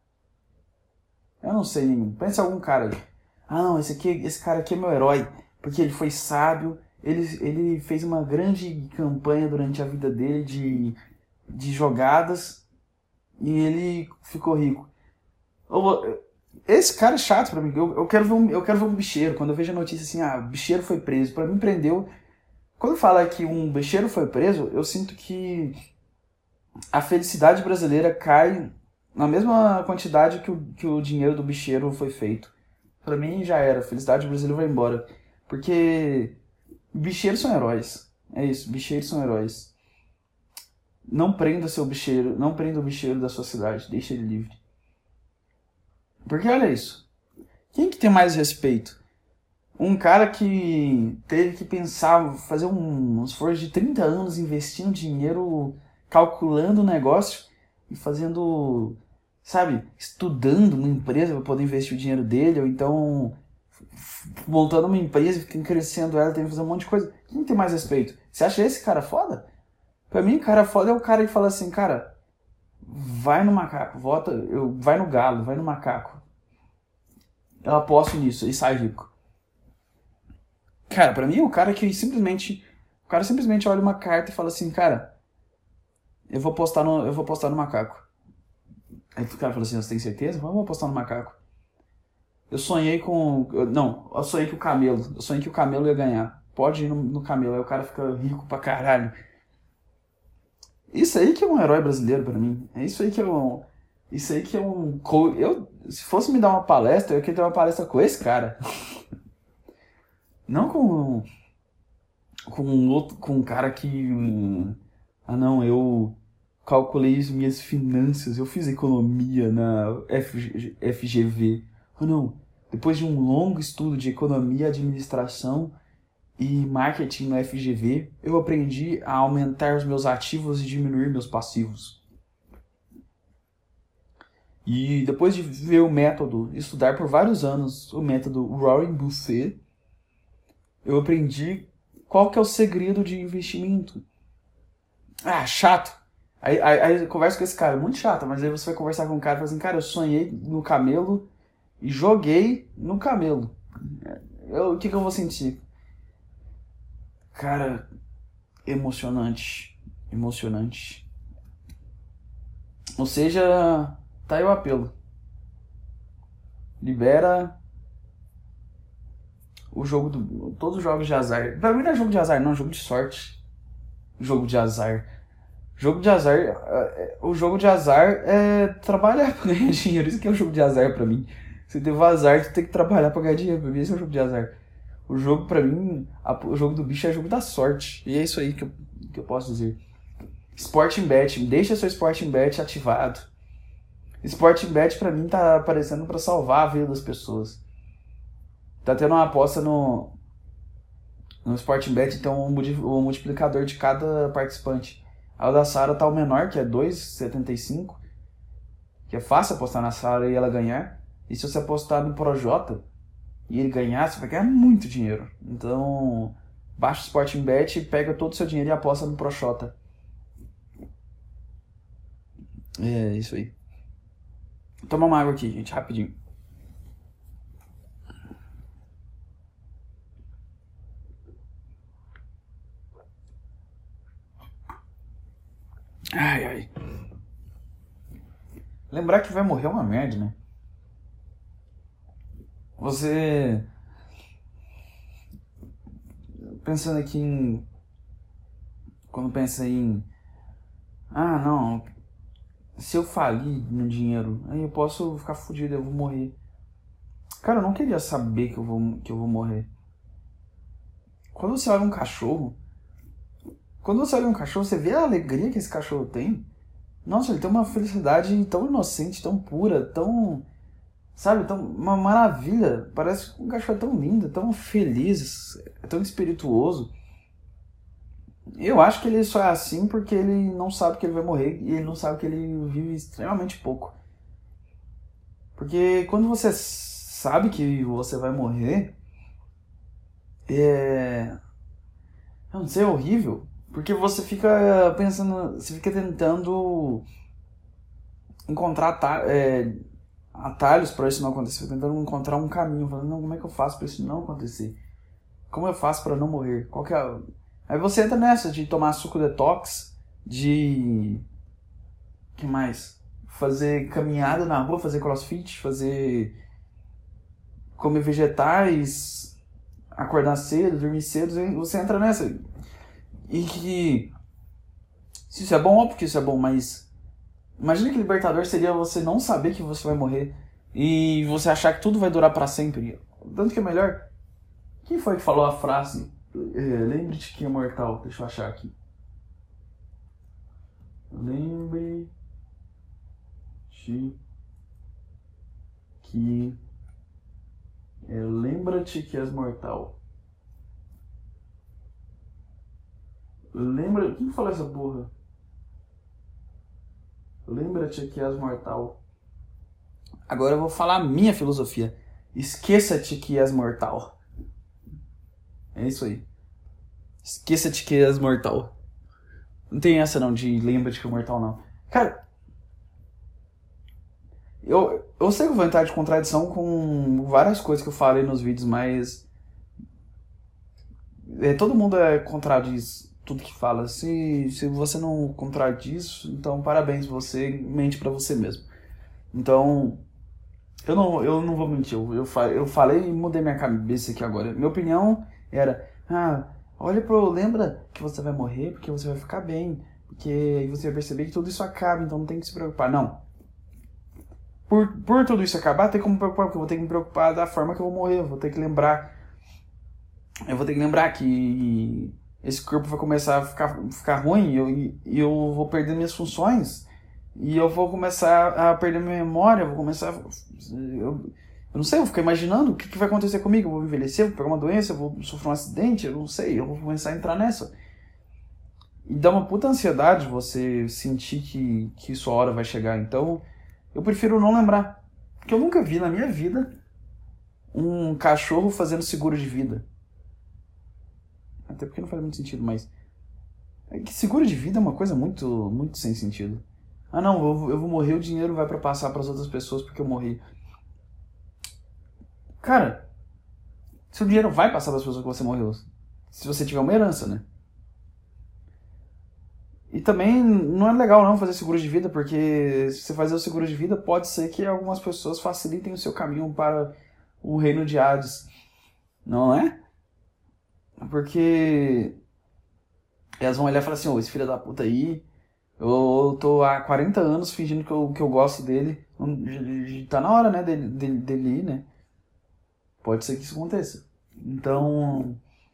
Eu não sei nenhum. Pensa em algum cara aí. Ah, não, esse cara aqui é meu herói, porque ele foi sábio, ele fez uma grande campanha durante a vida dele de jogadas e ele ficou rico. Esse cara é chato pra mim. Eu quero ver um bicheiro. Quando eu vejo a notícia assim, ah, o bicheiro foi preso. Pra mim prendeu. Quando fala que um bicheiro foi preso, eu sinto que a felicidade brasileira cai na mesma quantidade que o dinheiro do bicheiro foi feito. Pra mim já era. A felicidade brasileira vai embora. Porque bicheiros são heróis. É isso, bicheiros são heróis. Não prenda seu bicheiro. Não prenda o bicheiro da sua cidade. Deixa ele livre. Porque olha isso. Quem que tem mais respeito? Um cara que teve que pensar, fazer um esforço de 30 anos investindo dinheiro, calculando o negócio e fazendo, sabe, estudando uma empresa para poder investir o dinheiro dele, ou então montando uma empresa e crescendo ela, tem que fazer um monte de coisa. Quem tem mais respeito? Você acha esse cara foda? Pra mim, o cara foda é o cara que fala assim, cara, vai no macaco, vai no galo, vai no macaco. Eu aposto nisso e sai rico. Cara, pra mim o cara simplesmente olha uma carta e fala assim, cara, eu vou postar no macaco. Aí o cara fala assim, você tem certeza? Vamos apostar no macaco. Eu sonhei que o camelo. Eu sonhei que o camelo ia ganhar. Pode ir no camelo, aí o cara fica rico pra caralho. Isso aí que é um herói brasileiro pra mim. É isso aí que é um... Isso aí que é um... se fosse me dar uma palestra, eu queria ter uma palestra com esse cara. Não com um cara que... Ah não, eu calculei as minhas finanças, eu fiz economia na FGV. Ah não, depois de um longo estudo de economia, administração e marketing no FGV, eu aprendi a aumentar os meus ativos e diminuir meus passivos. E depois de ver o método, estudar por vários anos o método Warren Buffett, eu aprendi qual que é o segredo de investimento. Ah, chato. Aí eu converso com esse cara, muito chato, mas aí você vai conversar com um cara e fala assim, cara, eu sonhei no camelo e joguei no camelo. O que eu vou sentir? Cara, emocionante. Emocionante. Ou seja, tá aí o apelo. Libera o jogo do. Todos os jogos de azar. Pra mim não é jogo de azar, não, é jogo de sorte. Jogo de azar. Jogo de azar. O jogo de azar é trabalhar pra ganhar dinheiro. Isso que é o jogo de azar pra mim. Você teve o azar de ter que trabalhar pra ganhar dinheiro. Pra mim, esse é o jogo de azar. O jogo, pra mim, o jogo do bicho é jogo da sorte. E é isso aí que eu posso dizer. Sporting Bet, deixa seu Sporting Bet ativado. Sporting Bet pra mim tá aparecendo pra salvar a vida das pessoas. Tá tendo uma aposta no Sporting Bet, então o multiplicador de cada participante. A da Sara tá o menor, que é 2,75, que é fácil apostar na Sara e ela ganhar. E se você apostar no Projota e ele ganhar, você vai ganhar muito dinheiro. Então, baixa o Sporting Bet, pega todo o seu dinheiro e aposta no Projota. É isso aí. Vou tomar uma água aqui, gente, rapidinho. Ai, ai. Lembrar que vai morrer é uma merda, né? Você. Pensando aqui em. Quando pensa em. Ah, não. Se eu falir no dinheiro, aí eu posso ficar fudido, eu vou morrer. Cara, eu não queria saber que eu vou morrer. Quando você olha um cachorro. Quando você olha um cachorro, você vê a alegria que esse cachorro tem. Nossa, ele tem uma felicidade tão inocente, tão pura, tão. Sabe, tão uma maravilha. Parece que um cachorro é tão lindo, tão feliz, é tão espirituoso. Eu acho que ele só é assim porque ele não sabe que ele vai morrer e ele não sabe que ele vive extremamente pouco. Porque quando você sabe que você vai morrer, é. Eu não sei, é horrível. Porque você fica pensando, você fica tentando encontrar atalhos para isso não acontecer, fica tentando encontrar um caminho, falando, não, como é que eu faço para isso não acontecer? Como eu faço para não morrer? Qual que é? Aí você entra nessa de tomar suco detox, de que mais? Fazer caminhada na rua, fazer crossfit, comer vegetais, acordar cedo, dormir cedo, você entra nessa. E que se isso é bom, óbvio que isso é bom, mas imagina que libertador seria você não saber que você vai morrer e você achar que tudo vai durar pra sempre. Tanto que é melhor. Quem foi que falou a frase? Lembre-te que é mortal. Deixa eu achar aqui. Lembre-te que. Lembra-te que és mortal. Quem falou essa porra? Lembra-te que és mortal. Agora eu vou falar a minha filosofia. Esqueça-te que és mortal. É isso aí. Esqueça-te que és mortal. Não tem essa não de lembra-te que é mortal, não. Cara, eu sei que eu vou entrar de contradição com várias coisas que eu falei nos vídeos, mas todo mundo contradiz tudo que fala. Se você não contradiz, então parabéns, você mente pra você mesmo. Então, eu não vou mentir, eu falei e mudei minha cabeça aqui agora. Minha opinião era, lembra que você vai morrer porque você vai ficar bem, porque aí você vai perceber que tudo isso acaba, então não tem que se preocupar. Não. Por tudo isso acabar, tem como me preocupar, porque eu vou ter que me preocupar da forma que eu vou morrer, eu vou ter que lembrar que esse corpo vai começar a ficar ruim e eu vou perder minhas funções e eu vou começar a perder minha memória, eu vou começar eu não sei, eu vou ficar imaginando o que vai acontecer comigo, eu vou envelhecer, eu vou pegar uma doença, eu vou sofrer um acidente, eu não sei, eu vou começar a entrar nessa. E dá uma puta ansiedade você sentir que sua hora vai chegar, então eu prefiro não lembrar, porque eu nunca vi na minha vida um cachorro fazendo seguro de vida. Até porque não faz muito sentido, mas É que seguro de vida é uma coisa muito, muito sem sentido. Ah não, eu vou morrer, o dinheiro vai pra passar pras outras pessoas porque eu morri. Cara, seu dinheiro vai passar pras pessoas que você morreu. Se você tiver uma herança, né? E também não é legal não fazer seguro de vida, porque se você fazer o seguro de vida, pode ser que algumas pessoas facilitem o seu caminho para o reino de Hades. Não é? Porque elas vão olhar e falar assim, ô, esse filho da puta aí, eu tô há 40 anos fingindo que eu gosto dele. Tá na hora, né, dele ir, né? Pode ser que isso aconteça. Então,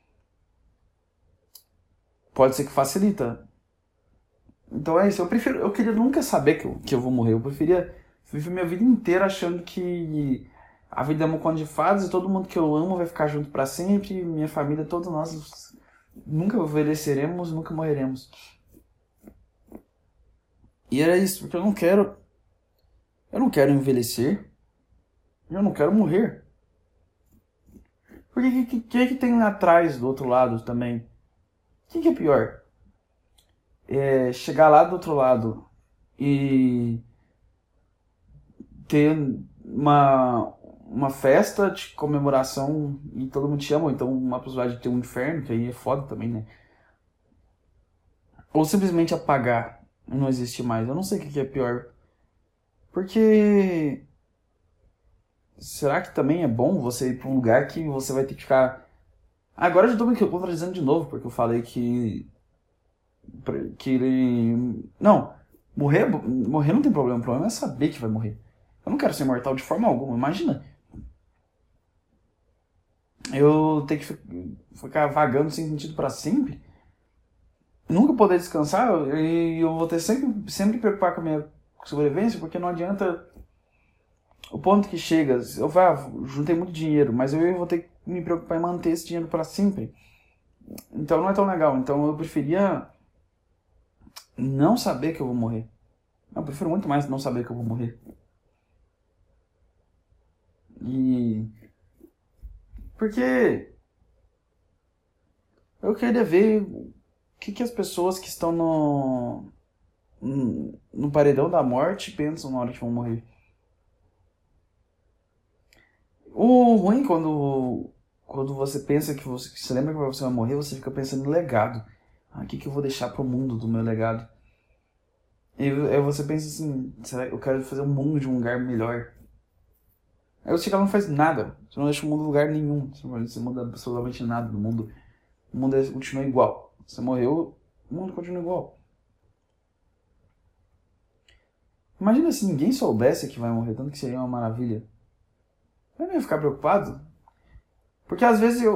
pode ser que facilita. Então é isso, eu queria nunca saber que eu vou morrer. Eu preferia viver minha vida inteira achando que a vida é um conto de fadas e todo mundo que eu amo vai ficar junto pra sempre, minha família, todos nós nunca envelheceremos, nunca morreremos. E era isso, porque eu não quero envelhecer, eu não quero morrer. Porque que tem lá atrás, do outro lado também? O que é pior? É chegar lá do outro lado e ter uma festa de comemoração e todo mundo te ama, ou então uma possibilidade de ter um inferno, que aí é foda também, né? Ou simplesmente apagar e não existir mais. Eu não sei o que é pior. Porque será que também é bom você ir pra um lugar que você vai ter que ficar. Agora eu já tô me contradizendo de novo, porque eu falei que ele. Não, morrer não tem problema. O problema é saber que vai morrer. Eu não quero ser mortal de forma alguma. Imagina eu ter que ficar vagando sem sentido pra sempre. Nunca poder descansar e eu vou ter sempre preocupar com a minha sobrevivência, porque não adianta o ponto que chega. Eu juntei muito dinheiro, mas eu vou ter que me preocupar em manter esse dinheiro pra sempre. Então não é tão legal. Então eu preferia não saber que eu vou morrer. Eu prefiro muito mais não saber que eu vou morrer. E. Porque eu queria ver o que as pessoas que estão no paredão da morte pensam na hora que vão morrer. O ruim quando você pensa que você lembra que você vai morrer, você fica pensando em legado. Ah, o que eu vou deixar pro mundo do meu legado? E aí você pensa assim, será que eu quero fazer o mundo de um lugar melhor? Aí você chega lá e não faz nada. Você não deixa o mundo em lugar nenhum. Você não muda absolutamente nada do mundo. O mundo continua igual. Você morreu, o mundo continua igual. Imagina se ninguém soubesse que vai morrer, tanto que seria uma maravilha. Eu não ia ficar preocupado. Porque às vezes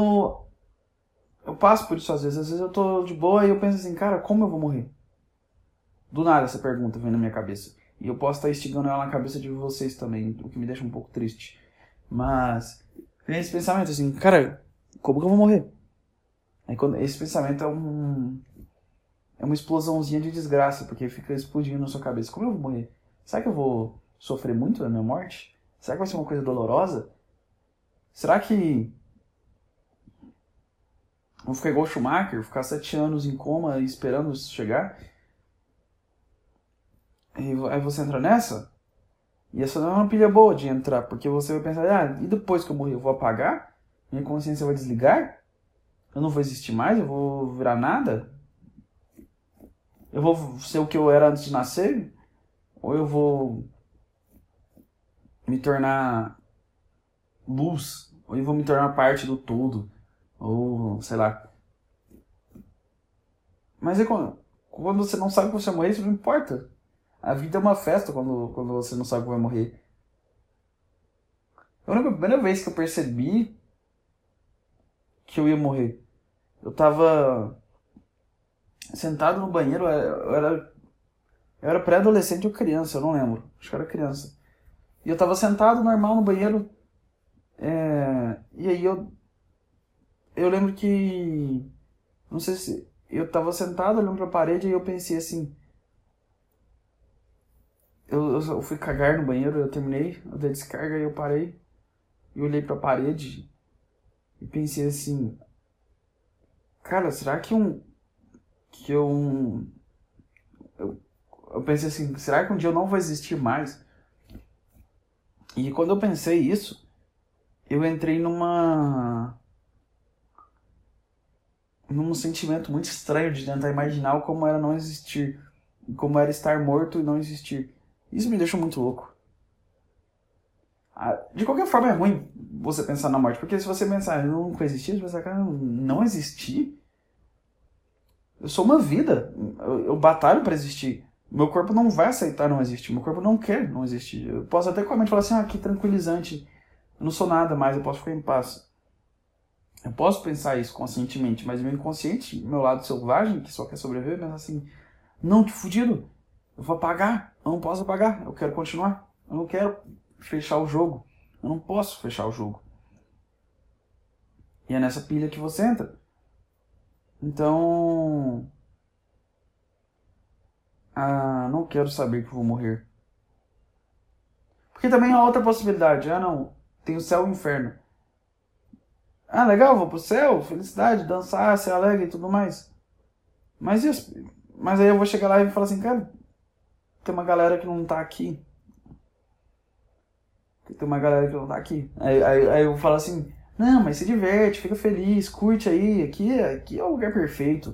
eu passo por isso às vezes. Às vezes eu tô de boa e eu penso assim, cara, como eu vou morrer? Do nada essa pergunta vem na minha cabeça. E eu posso estar instigando ela na cabeça de vocês também, o que me deixa um pouco triste. Mas vem esse pensamento assim, cara, como que eu vou morrer? Aí esse pensamento é uma explosãozinha de desgraça, porque fica explodindo na sua cabeça. Como eu vou morrer? Será que eu vou sofrer muito na minha morte? Será que vai ser uma coisa dolorosa? Será que vou ficar igual o Schumacher, ficar 7 anos em coma esperando isso chegar? E aí você entra nessa? E essa não é uma pilha boa de entrar, porque você vai pensar, ah, e depois que eu morrer, eu vou apagar? Minha consciência vai desligar? Eu não vou existir mais? Eu vou virar nada? Eu vou ser o que eu era antes de nascer? Ou eu vou me tornar luz? Ou eu vou me tornar parte do todo? Ou, sei lá. Mas é quando você não sabe que você vai morrer, isso não importa. A vida é uma festa quando você não sabe que vai morrer. Eu lembro a primeira vez que eu percebi que eu ia morrer. Eu tava sentado no banheiro, eu era pré-adolescente ou criança, eu não lembro. Acho que era criança. E eu tava sentado normal no banheiro. E aí eu lembro que. Não sei se. Eu tava sentado olhando pra parede e eu pensei assim. Eu fui cagar no banheiro, eu terminei, eu dei descarga e eu parei. E olhei pra parede e pensei assim. Cara, será que eu pensei assim, será que um dia eu não vou existir mais? E quando eu pensei isso, eu entrei num sentimento muito estranho de tentar imaginar como era não existir, como era estar morto e não existir. Isso me deixou muito louco. De qualquer forma é ruim você pensar na morte, porque se você pensar, eu nunca existi, você pensar, cara, não existir? Eu sou uma vida, eu batalho pra existir. Meu corpo não vai aceitar não existir, meu corpo não quer não existir. Eu posso até com a mente falar assim, que tranquilizante, eu não sou nada mais, eu posso ficar em paz. Eu posso pensar isso conscientemente, mas meu inconsciente, meu lado selvagem, que só quer sobreviver, pensa assim, não, que fudido, eu vou apagar, eu não posso apagar, eu quero continuar, eu não quero fechar o jogo, eu não posso fechar o jogo. E é nessa pilha que você entra. Então, não quero saber que eu vou morrer. Porque também há outra possibilidade, não, tem o céu e o inferno. Legal, vou pro céu, felicidade, dançar, ser alegre e tudo mais. Mas isso, mas aí eu vou chegar lá e falar assim, cara, tem uma galera que não tá aqui. Tem uma galera que não tá aqui. Aí eu falo assim, não, mas se diverte, fica feliz, curte aí, aqui é o lugar perfeito.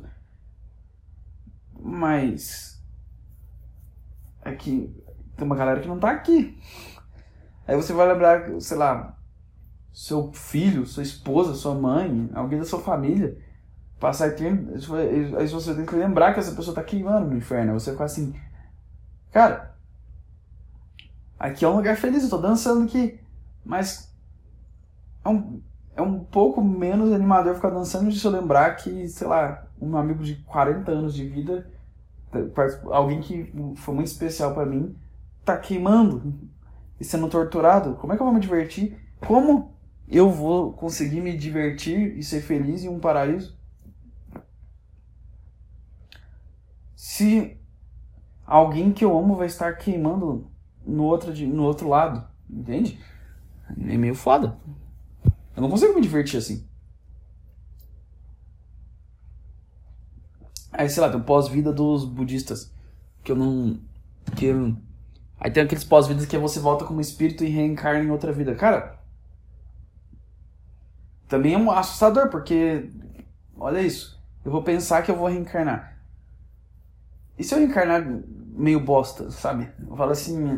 Mas é que tem uma galera que não tá aqui. Aí você vai lembrar, sei lá, seu filho, sua esposa, sua mãe, alguém da sua família, passar tempo, aí você tem que lembrar que essa pessoa tá queimando no inferno. Aí você fica assim, cara, aqui é um lugar feliz, eu tô dançando aqui, mas é um pouco menos animador ficar dançando se eu lembrar que, sei lá, um amigo de 40 anos de vida, alguém que foi muito especial pra mim, tá queimando e sendo torturado. Como é que eu vou me divertir? Como eu vou conseguir me divertir e ser feliz em um paraíso se alguém que eu amo vai estar queimando no outro lado? Entende? É meio foda. Eu não consigo me divertir assim. Aí, sei lá, tem o pós-vida dos budistas. Aí tem aqueles pós-vidas que você volta como espírito e reencarna em outra vida. Cara, também é assustador, porque olha isso, eu vou pensar que eu vou reencarnar. E se eu reencarnar meio bosta, sabe? Eu falo assim,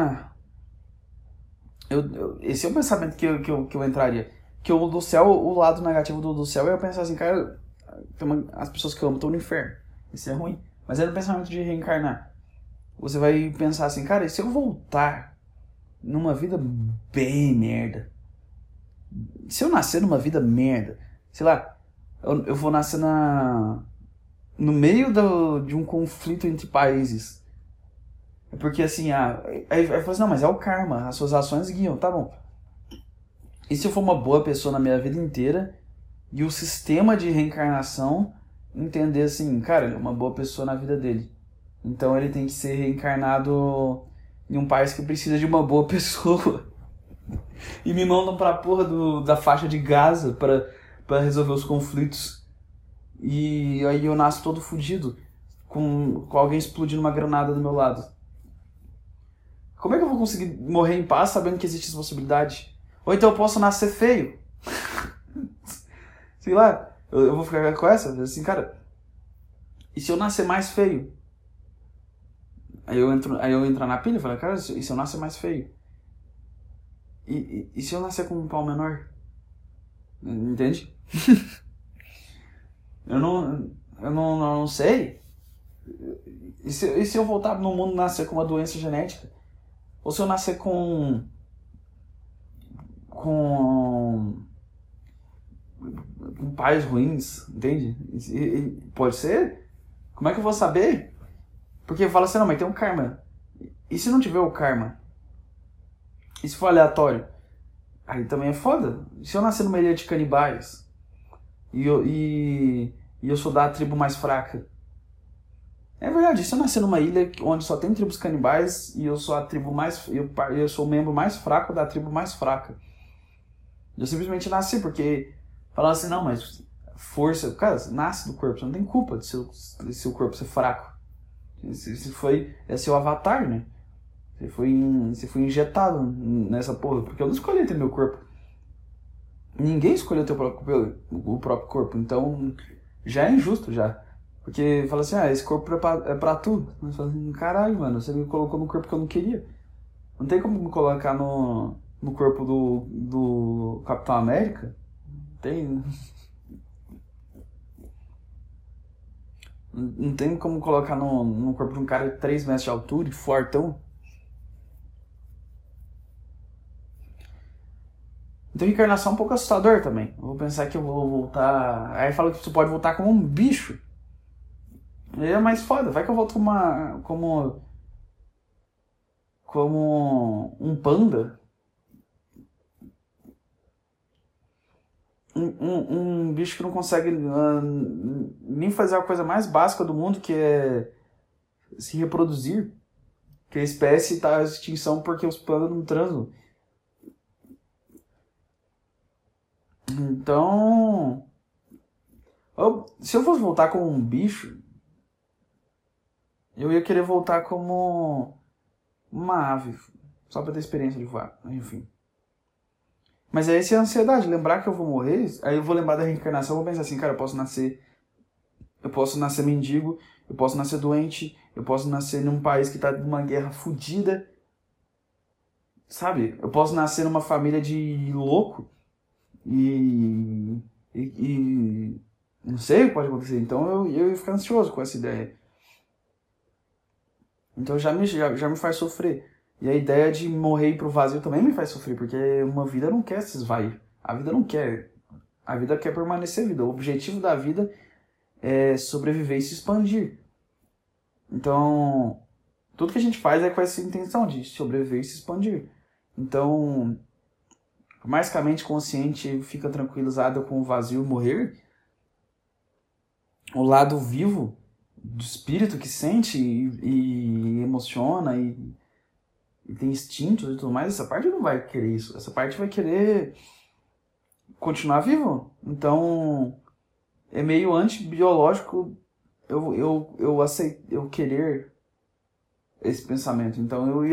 esse é o pensamento que eu entraria. Que o do céu, o lado negativo do céu é eu pensar assim, cara, as pessoas que eu amo estão no inferno. Isso é ruim. Mas é no pensamento de reencarnar. Você vai pensar assim, cara, e se eu voltar numa vida bem merda? Se eu nascer numa vida merda, sei lá, eu vou nascer no meio de um conflito entre países. Porque assim, aí fala assim, não, mas é o karma, as suas ações guiam, tá bom. E se eu for uma boa pessoa na minha vida inteira e o sistema de reencarnação entender assim, cara, ele é uma boa pessoa na vida dele. Então ele tem que ser reencarnado em um país que precisa de uma boa pessoa. E me mandam pra porra da faixa de Gaza pra resolver os conflitos. E aí eu nasço todo fudido, com alguém explodindo uma granada do meu lado. Como é que eu vou conseguir morrer em paz sabendo que existe essa possibilidade? Ou então eu posso nascer feio. Sei lá, eu vou ficar com essa, assim, cara. E se eu nascer mais feio? Aí eu entro na pilha e falo, cara, e se eu nascer mais feio? E se eu nascer com um pau menor? Entende? Eu não sei. E se eu voltar no mundo e nascer com uma doença genética? Ou se eu nascer com pais ruins, entende? Pode ser? Como é que eu vou saber? Porque eu falo assim, não, mas tem um karma. E se não tiver o karma? E se for aleatório? Aí também é foda. E se eu nascer numa ilha de canibais? E eu sou da tribo mais fraca? É verdade, se eu nascer numa ilha onde só tem tribos canibais e eu sou a tribo mais... Eu sou o membro mais fraco da tribo mais fraca. Eu simplesmente nasci porque... Falaram assim, não, mas força. Cara, você nasce do corpo, você não tem culpa de seu corpo ser fraco. É seu avatar, né? Você foi injetado nessa porra, porque eu não escolhi ter meu corpo. Ninguém escolheu ter o próprio corpo, então já é injusto já. Porque fala assim, esse corpo é pra tu. Mas fala assim, caralho, mano, você me colocou no corpo que eu não queria. Não tem como me colocar no corpo do Capitão América? Tem. Não tem como colocar no corpo de um cara de 3 metros de altura, de fortão. Então reencarnação é um pouco assustador também. Eu vou pensar que eu vou voltar. Aí fala que você pode voltar como um bicho. Aí é mais foda. Vai que eu volto como um panda. Um bicho que não consegue nem fazer a coisa mais básica do mundo, que é se reproduzir. Que a espécie está em extinção porque os pandas não transam. Então, se eu fosse voltar como um bicho, eu ia querer voltar como uma ave, só pra ter experiência de voar, enfim. Mas aí essa é a ansiedade, lembrar que eu vou morrer, aí eu vou lembrar da reencarnação, eu vou pensar assim, cara, eu posso nascer mendigo, eu posso nascer doente, eu posso nascer num país que tá numa guerra fodida, sabe? Eu posso nascer numa família de louco e não sei o que pode acontecer, então eu ia ficar ansioso com essa ideia. Então já me faz sofrer. E a ideia de morrer e ir pro vazio também me faz sofrer, porque uma vida não quer se esvair. A vida não quer. A vida quer permanecer vida. O objetivo da vida é sobreviver e se expandir. Então, tudo que a gente faz é com essa intenção de sobreviver e se expandir. Então, por mais que a mente consciente fica tranquilizada com o vazio e morrer, o lado vivo do espírito que sente e emociona e tem instintos e tudo mais, essa parte não vai querer isso. Essa parte vai querer continuar vivo. Então, é meio antibiológico eu querer esse pensamento. Então,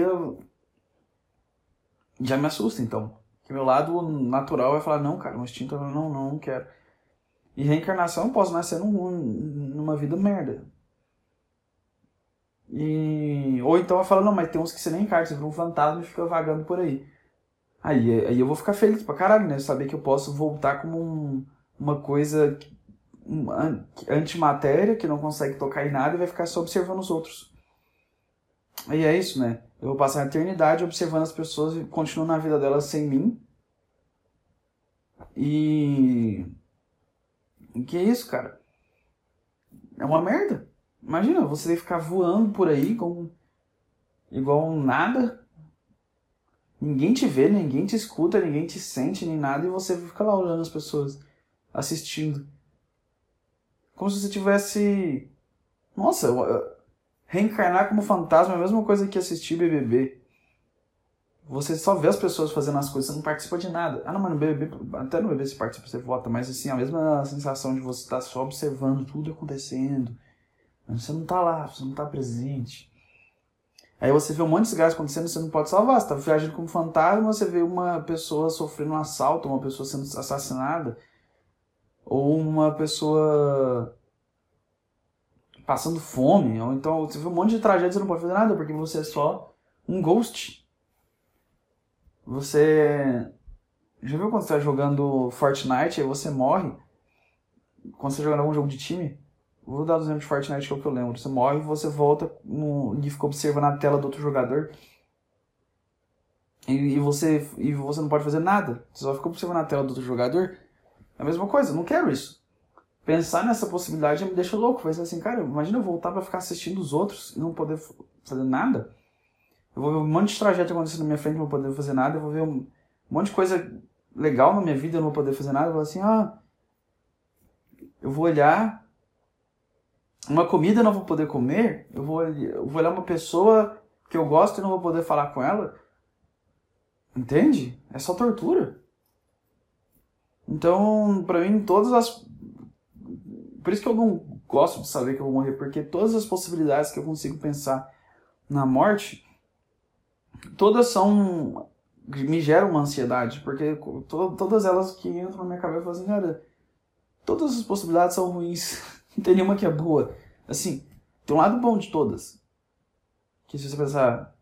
já me assusta, então. Porque meu lado natural vai falar, não, cara, o instinto não quero. E reencarnação eu posso nascer numa vida merda. Ou então eu falo, não, mas tem uns que você nem encarna, você vira um fantasma e fica vagando por aí. Aí eu vou ficar feliz pra caralho, né? Saber que eu posso voltar como uma coisa antimatéria, que não consegue tocar em nada e vai ficar só observando os outros. Aí é isso, né? Eu vou passar a eternidade observando as pessoas e continuo na vida delas sem mim. E que é isso, cara? É uma merda. Imagina, você ficar voando por aí igual um nada. Ninguém te vê, ninguém te escuta, ninguém te sente, nem nada. E você fica lá olhando as pessoas, assistindo. Como se você tivesse... Nossa, reencarnar como fantasma é a mesma coisa que assistir BBB. Você só vê as pessoas fazendo as coisas, você não participa de nada. Ah, não, mas no BBB, até no BBB você participa, você vota, mas assim, a mesma sensação de você estar só observando tudo acontecendo. Você não tá lá, você não tá presente. Aí você vê um monte de desgraça acontecendo e você não pode salvar. Você tá viajando como fantasma, você vê uma pessoa sofrendo um assalto, uma pessoa sendo assassinada, ou uma pessoa passando fome, ou então você vê um monte de tragédia e você não pode fazer nada, porque você é só um ghost. Você... Já viu quando você tá jogando Fortnite e você morre? Quando você tá jogando algum jogo de time? Vou dar o exemplo de Fortnite que é o que eu lembro. Você morre e você volta e fica observando a tela do outro jogador. E você não pode fazer nada. Você só fica observando a tela do outro jogador. É a mesma coisa, eu não quero isso. Pensar nessa possibilidade me deixa louco. Vai ser assim, cara, imagina eu voltar pra ficar assistindo os outros e não poder fazer nada. Eu vou ver um monte de tragédia acontecendo na minha frente e não vou poder fazer nada. Eu vou ver um monte de coisa legal na minha vida e não vou poder fazer nada. Eu vou assim, eu vou olhar uma comida e não vou poder comer. Eu vou olhar uma pessoa que eu gosto e não vou poder falar com ela. Entende? É só tortura. Então, pra mim, Por isso que eu não gosto de saber que eu vou morrer, porque todas as possibilidades que eu consigo pensar na morte, todas me geram uma ansiedade, porque todas elas que entram na minha cabeça, eu falo assim, cara, todas as possibilidades são ruins, não tem nenhuma que é boa. Assim, tem um lado bom de todas, que se você pensar,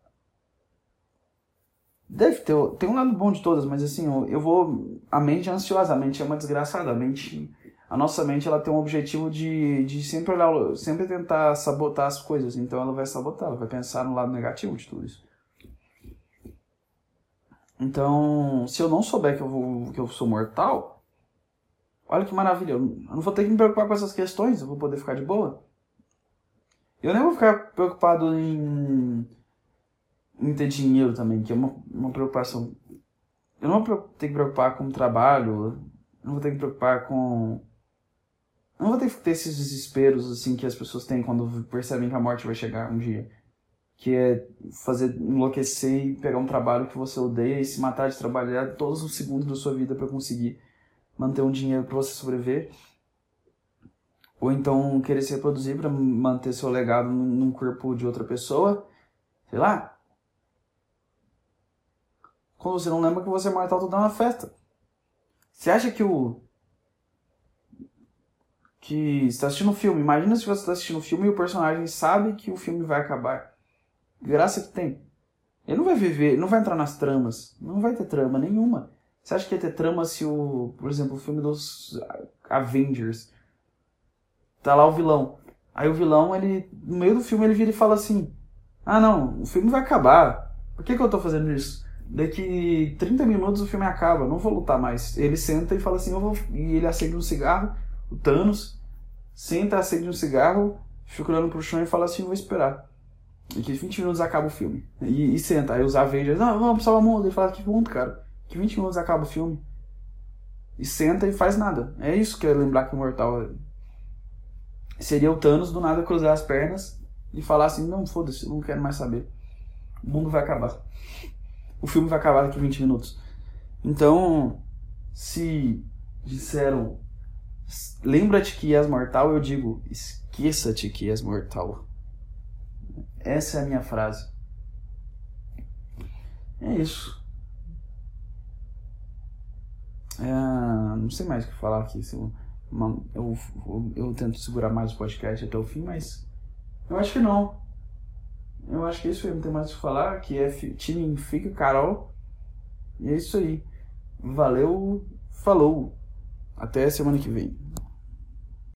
tem um lado bom de todas, mas assim, a mente é ansiosa, a mente é uma desgraçada, a nossa mente ela tem um objetivo de sempre olhar, sempre tentar sabotar as coisas, então ela vai sabotar, ela vai pensar no lado negativo de tudo isso. Então, se eu não souber que eu sou mortal, olha que maravilha, eu não vou ter que me preocupar com essas questões, eu vou poder ficar de boa. Eu nem vou ficar preocupado em ter dinheiro também, que é uma preocupação. Eu não vou ter que me preocupar com o trabalho, não vou ter que me preocupar com... Não vou ter que ter esses desesperos assim que as pessoas têm quando percebem que a morte vai chegar um dia. Que é fazer enlouquecer e pegar um trabalho que você odeia e se matar de trabalhar todos os segundos da sua vida para conseguir manter um dinheiro para você sobreviver. Ou então querer se reproduzir para manter seu legado num corpo de outra pessoa. Sei lá. Quando você não lembra que você é mortal, tu dá uma festa. Você acha que você está assistindo um filme. Imagina se você está assistindo um filme e o personagem sabe que o filme vai acabar. Que graça que tem. Ele não vai viver, ele não vai entrar nas tramas. Não vai ter trama nenhuma. Você acha que ia ter trama se por exemplo, o filme dos Avengers, tá lá o vilão. Aí o vilão, no meio do filme, ele vira e fala assim, ah não, o filme vai acabar. Por que eu tô fazendo isso? Daqui 30 minutos o filme acaba, não vou lutar mais. Ele senta e fala assim, e ele acende um cigarro, o Thanos, senta, acende um cigarro, fica olhando pro chão e fala assim, vou esperar. E que 20 minutos acaba o filme. E senta. Aí os Avengers, não, vamos salvar o mundo. Ele fala, que mundo, cara? Que 20 minutos acaba o filme. E senta e faz nada. É isso que é lembrar que o Imortal seria o Thanos do nada cruzar as pernas e falar assim, não, foda-se, não quero mais saber. O mundo vai acabar. O filme vai acabar daqui 20 minutos. Então, se disseram, lembra-te que és mortal, eu digo, esqueça-te que és mortal. Essa é a minha frase. É isso. Não sei mais o que falar aqui. Eu tento segurar mais o podcast até o fim, mas eu acho que não. Eu acho que é isso aí. Não tem mais o que falar. Que é time Fica Carol. E é isso aí. Valeu. Falou. Até semana que vem.